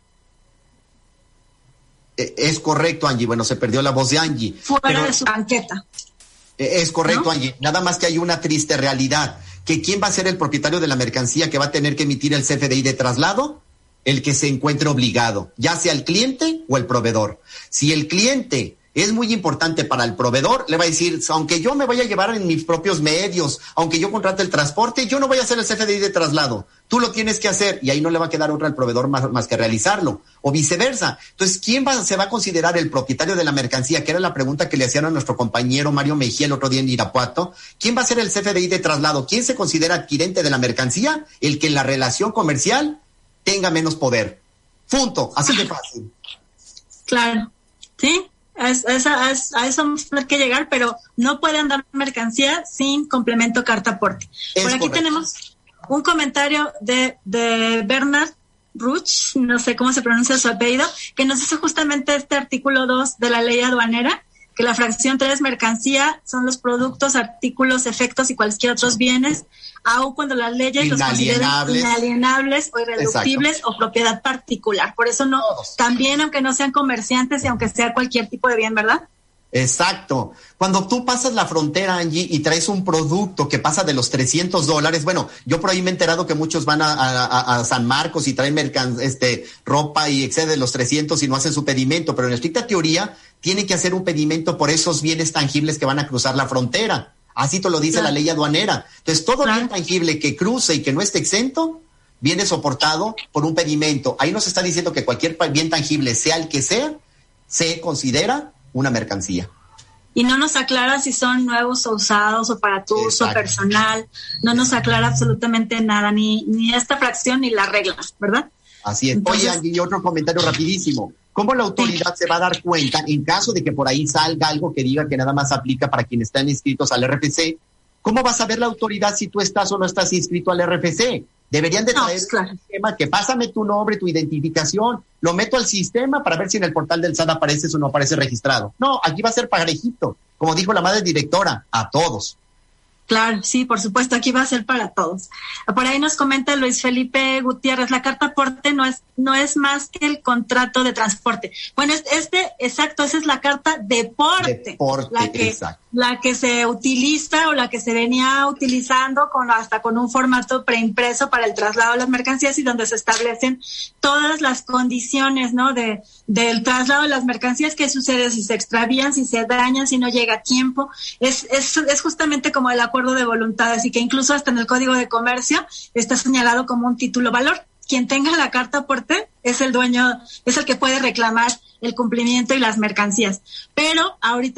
Es correcto, Angie. Bueno, se perdió la voz de Angie. Fuera de su banqueta. Es correcto, ¿no? Angie. Nada más que hay una triste realidad, que ¿quién va a ser el propietario de la mercancía que va a tener que emitir el CFDI de traslado? El que se encuentre obligado, ya sea el cliente o el proveedor. Si el cliente es muy importante para el proveedor, le va a decir, aunque yo me vaya a llevar en mis propios medios, aunque yo contrate el transporte, yo no voy a hacer el CFDI de traslado. Tú lo tienes que hacer y ahí no le va a quedar otra al proveedor más que realizarlo, o viceversa. Entonces, ¿quién se va a considerar el propietario de la mercancía? Que era la pregunta que le hacían a nuestro compañero Mario Mejía el otro día en Irapuato. ¿Quién va a hacer el CFDI de traslado? ¿Quién se considera adquirente de la mercancía? El que en la relación comercial tenga menos poder. Punto. Así de fácil. Claro. Sí. A eso vamos a tener que llegar, pero no puede andar mercancía sin complemento carta aporte. Por aquí tenemos un comentario de Bernard Ruch, no sé cómo se pronuncia su apellido, que nos hace justamente este artículo 2 de la ley aduanera, que la fracción 3 mercancía son los productos, artículos, efectos y cualquier otros bienes, aun cuando las leyes los consideran inalienables o irreductibles. Exacto. O propiedad particular. Por eso no, también aunque no sean comerciantes y aunque sea cualquier tipo de bien, ¿verdad? Exacto. Cuando tú pasas la frontera, Angie, y traes un producto que pasa de los $300, bueno, yo por ahí me he enterado que muchos van a San Marcos y traen ropa y excede los 300 y no hacen su pedimento, pero en estricta teoría tienen que hacer un pedimento por esos bienes tangibles que van a cruzar la frontera. Así te lo dice la ley aduanera. Entonces, todo bien tangible que cruce y que no esté exento, viene soportado por un pedimento. Ahí nos está diciendo que cualquier bien tangible, sea el que sea, se considera una mercancía. Y no nos aclara si son nuevos o usados o para tu uso personal. No nos aclara absolutamente nada, ni esta fracción ni la regla, ¿verdad? Así es. Entonces, oye, Angie, otro comentario rapidísimo. ¿Cómo la autoridad se va a dar cuenta en caso de que por ahí salga algo que diga que nada más aplica para quienes están inscritos al RFC? ¿Cómo va a saber la autoridad si tú estás o no estás inscrito al RFC? Deberían de traer un sistema que pásame tu nombre, tu identificación, lo meto al sistema para ver si en el portal del SAT apareces o no aparece registrado. No, aquí va a ser parejito, como dijo la madre directora, a todos. Claro, sí, por supuesto, aquí va a ser para todos. Por ahí nos comenta Luis Felipe Gutiérrez, la carta aporte no es más que el contrato de transporte. Bueno, exacto, esa es la carta deporte, la que se utiliza o la que se venía utilizando hasta con un formato preimpreso para el traslado de las mercancías y donde se establecen todas las condiciones, ¿no? del traslado de las mercancías, qué sucede si se extravían, si se dañan, si no llega a tiempo. Es justamente como el acuerdo de voluntades y que incluso hasta en el Código de Comercio está señalado como un título valor. Quien tenga la carta aporte es el dueño, es el que puede reclamar el cumplimiento y las mercancías. Pero ahorita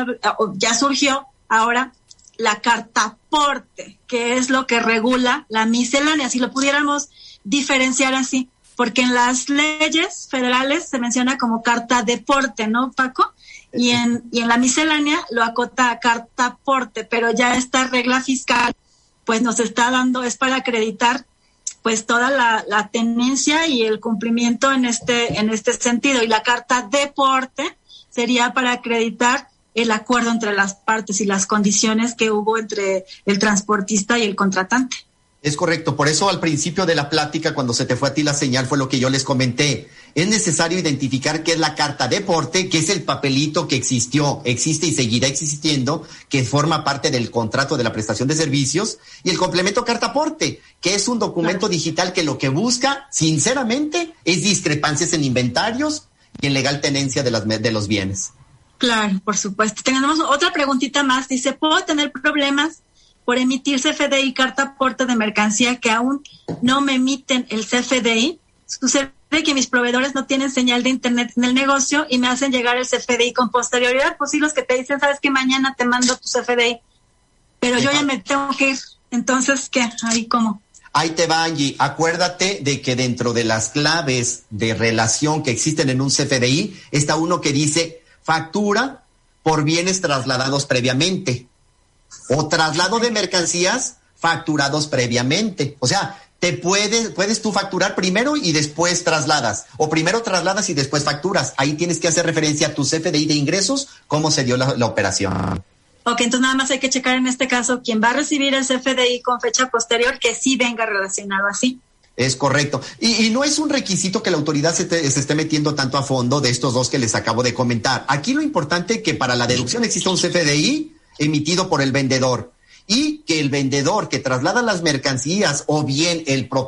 ya surgió ahora la carta aporte, que es lo que regula la miscelánea, si lo pudiéramos diferenciar así, porque en las leyes federales se menciona como carta deporte, ¿no, Paco? Y en la miscelánea lo acota a carta aporte, pero ya esta regla fiscal pues nos está dando, es para acreditar pues toda la tenencia y el cumplimiento en este sentido. Y la carta deporte sería para acreditar el acuerdo entre las partes y las condiciones que hubo entre el transportista y el contratante. Es correcto, por eso al principio de la plática, cuando se te fue a ti la señal, fue lo que yo les comenté. Es necesario identificar qué es la carta deporte, que es el papelito que existe y seguirá existiendo, que forma parte del contrato de la prestación de servicios, y el complemento carta aporte, que es un documento digital que lo que busca, sinceramente, es discrepancias en inventarios y en legal tenencia de los bienes. Claro, por supuesto. Tenemos otra preguntita más. Dice, ¿puedo tener problemas por emitir CFDI, carta aporte de mercancía, que aún no me emiten el CFDI? Sucede que mis proveedores no tienen señal de internet en el negocio y me hacen llegar el CFDI con posterioridad. Pues sí, los que te dicen, sabes que mañana te mando tu CFDI, pero yo ya me tengo que ir. Entonces, ¿qué? ¿Ahí cómo? Ahí te va, Angie. Acuérdate de que dentro de las claves de relación que existen en un CFDI está uno que dice factura por bienes trasladados previamente o traslado de mercancías facturados previamente. O sea, puedes tú facturar primero y después trasladas, o primero trasladas y después facturas. Ahí tienes que hacer referencia a tu CFDI de ingresos, cómo se dio la operación. Ok, entonces nada más hay que checar en este caso quién va a recibir el CFDI con fecha posterior, que sí venga relacionado así. Es correcto. Y no es un requisito que la autoridad se esté metiendo tanto a fondo de estos dos que les acabo de comentar. Aquí lo importante es que para la deducción exista un CFDI emitido por el vendedor y que el vendedor que traslada las mercancías o bien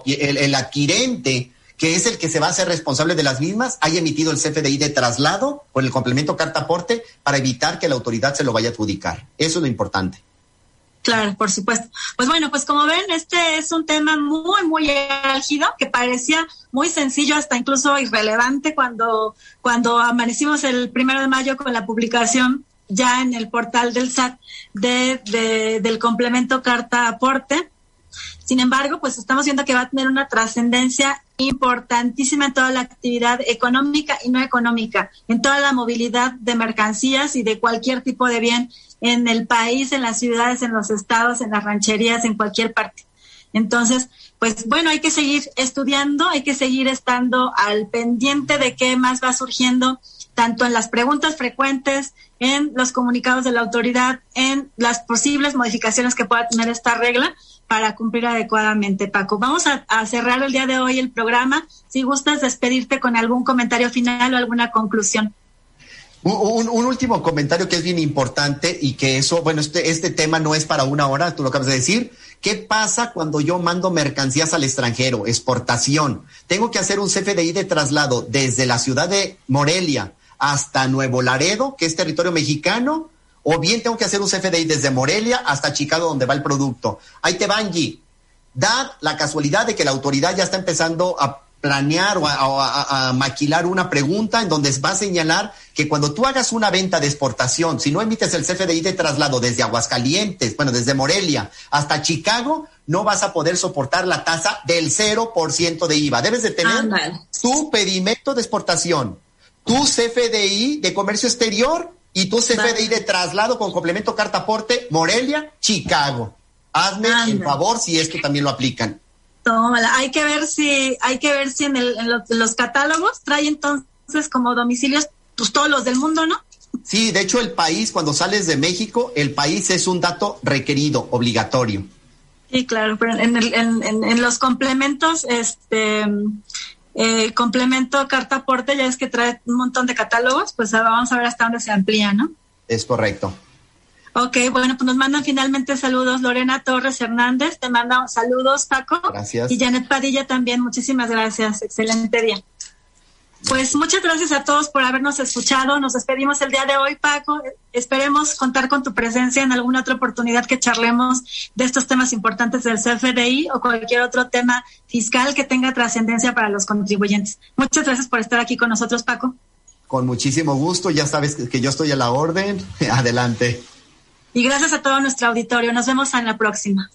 el adquirente, que es el que se va a hacer responsable de las mismas, haya emitido el CFDI de traslado con el complemento carta aporte para evitar que la autoridad se lo vaya a adjudicar. Eso es lo importante. Claro, por supuesto. Pues bueno, pues como ven, este es un tema muy, muy álgido, que parecía muy sencillo, hasta incluso irrelevante cuando amanecimos el 1 de mayo con la publicación ya en el portal del SAT del complemento carta aporte. Sin embargo, pues estamos viendo que va a tener una trascendencia importantísima en toda la actividad económica y no económica, en toda la movilidad de mercancías y de cualquier tipo de bien en el país, en las ciudades, en los estados, en las rancherías, en cualquier parte. Entonces, pues bueno, hay que seguir estudiando, hay que seguir estando al pendiente de qué más va surgiendo, tanto en las preguntas frecuentes, en los comunicados de la autoridad, en las posibles modificaciones que pueda tener esta regla para cumplir adecuadamente, Paco. Vamos a cerrar el día de hoy el programa. Si gustas despedirte con algún comentario final o alguna conclusión. Un último comentario que es bien importante y que eso, bueno, este tema no es para una hora, tú lo acabas de decir. ¿Qué pasa cuando yo mando mercancías al extranjero? Exportación. Tengo que hacer un CFDI de traslado desde la ciudad de Morelia hasta Nuevo Laredo, que es territorio mexicano, o bien tengo que hacer un CFDI desde Morelia hasta Chicago, donde va el producto. Ahí te va, Angie. Da la casualidad de que la autoridad ya está empezando a planear o a maquilar una pregunta en donde va a señalar que cuando tú hagas una venta de exportación, si no emites el CFDI de traslado desde Aguascalientes, desde Morelia hasta Chicago, no vas a poder soportar la tasa del 0% de IVA. Debes de tener tu pedimento de exportación, tu CFDI de comercio exterior y tu CFDI de traslado con complemento carta aporte Morelia, Chicago. Hazme el favor si esto también lo aplican. Tómala. Hay que ver si en los catálogos trae entonces como domicilios pues todos los del mundo, ¿no? Sí, de hecho el país, cuando sales de México, el país es un dato requerido, obligatorio. Sí, claro, pero en los complementos, complemento carta aporte, ya es que trae un montón de catálogos, pues vamos a ver hasta dónde se amplía, ¿no? Es correcto. Ok, bueno, pues nos mandan finalmente saludos Lorena Torres Hernández, te manda saludos Paco. Gracias. Y Janet Padilla también, muchísimas gracias, excelente día. Pues muchas gracias a todos por habernos escuchado, nos despedimos el día de hoy, Paco, esperemos contar con tu presencia en alguna otra oportunidad que charlemos de estos temas importantes del CFDI o cualquier otro tema fiscal que tenga trascendencia para los contribuyentes. Muchas gracias por estar aquí con nosotros, Paco. Con muchísimo gusto, ya sabes que yo estoy a la orden. Adelante. Y gracias a todo nuestro auditorio. Nos vemos en la próxima.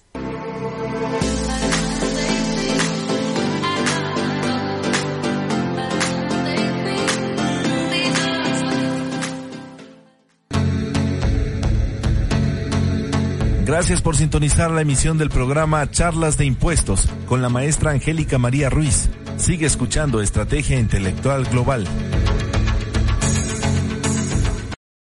Gracias por sintonizar la emisión del programa Charlas de Impuestos con la maestra Angélica María Ruiz. Sigue escuchando Estrategia Intelectual Global.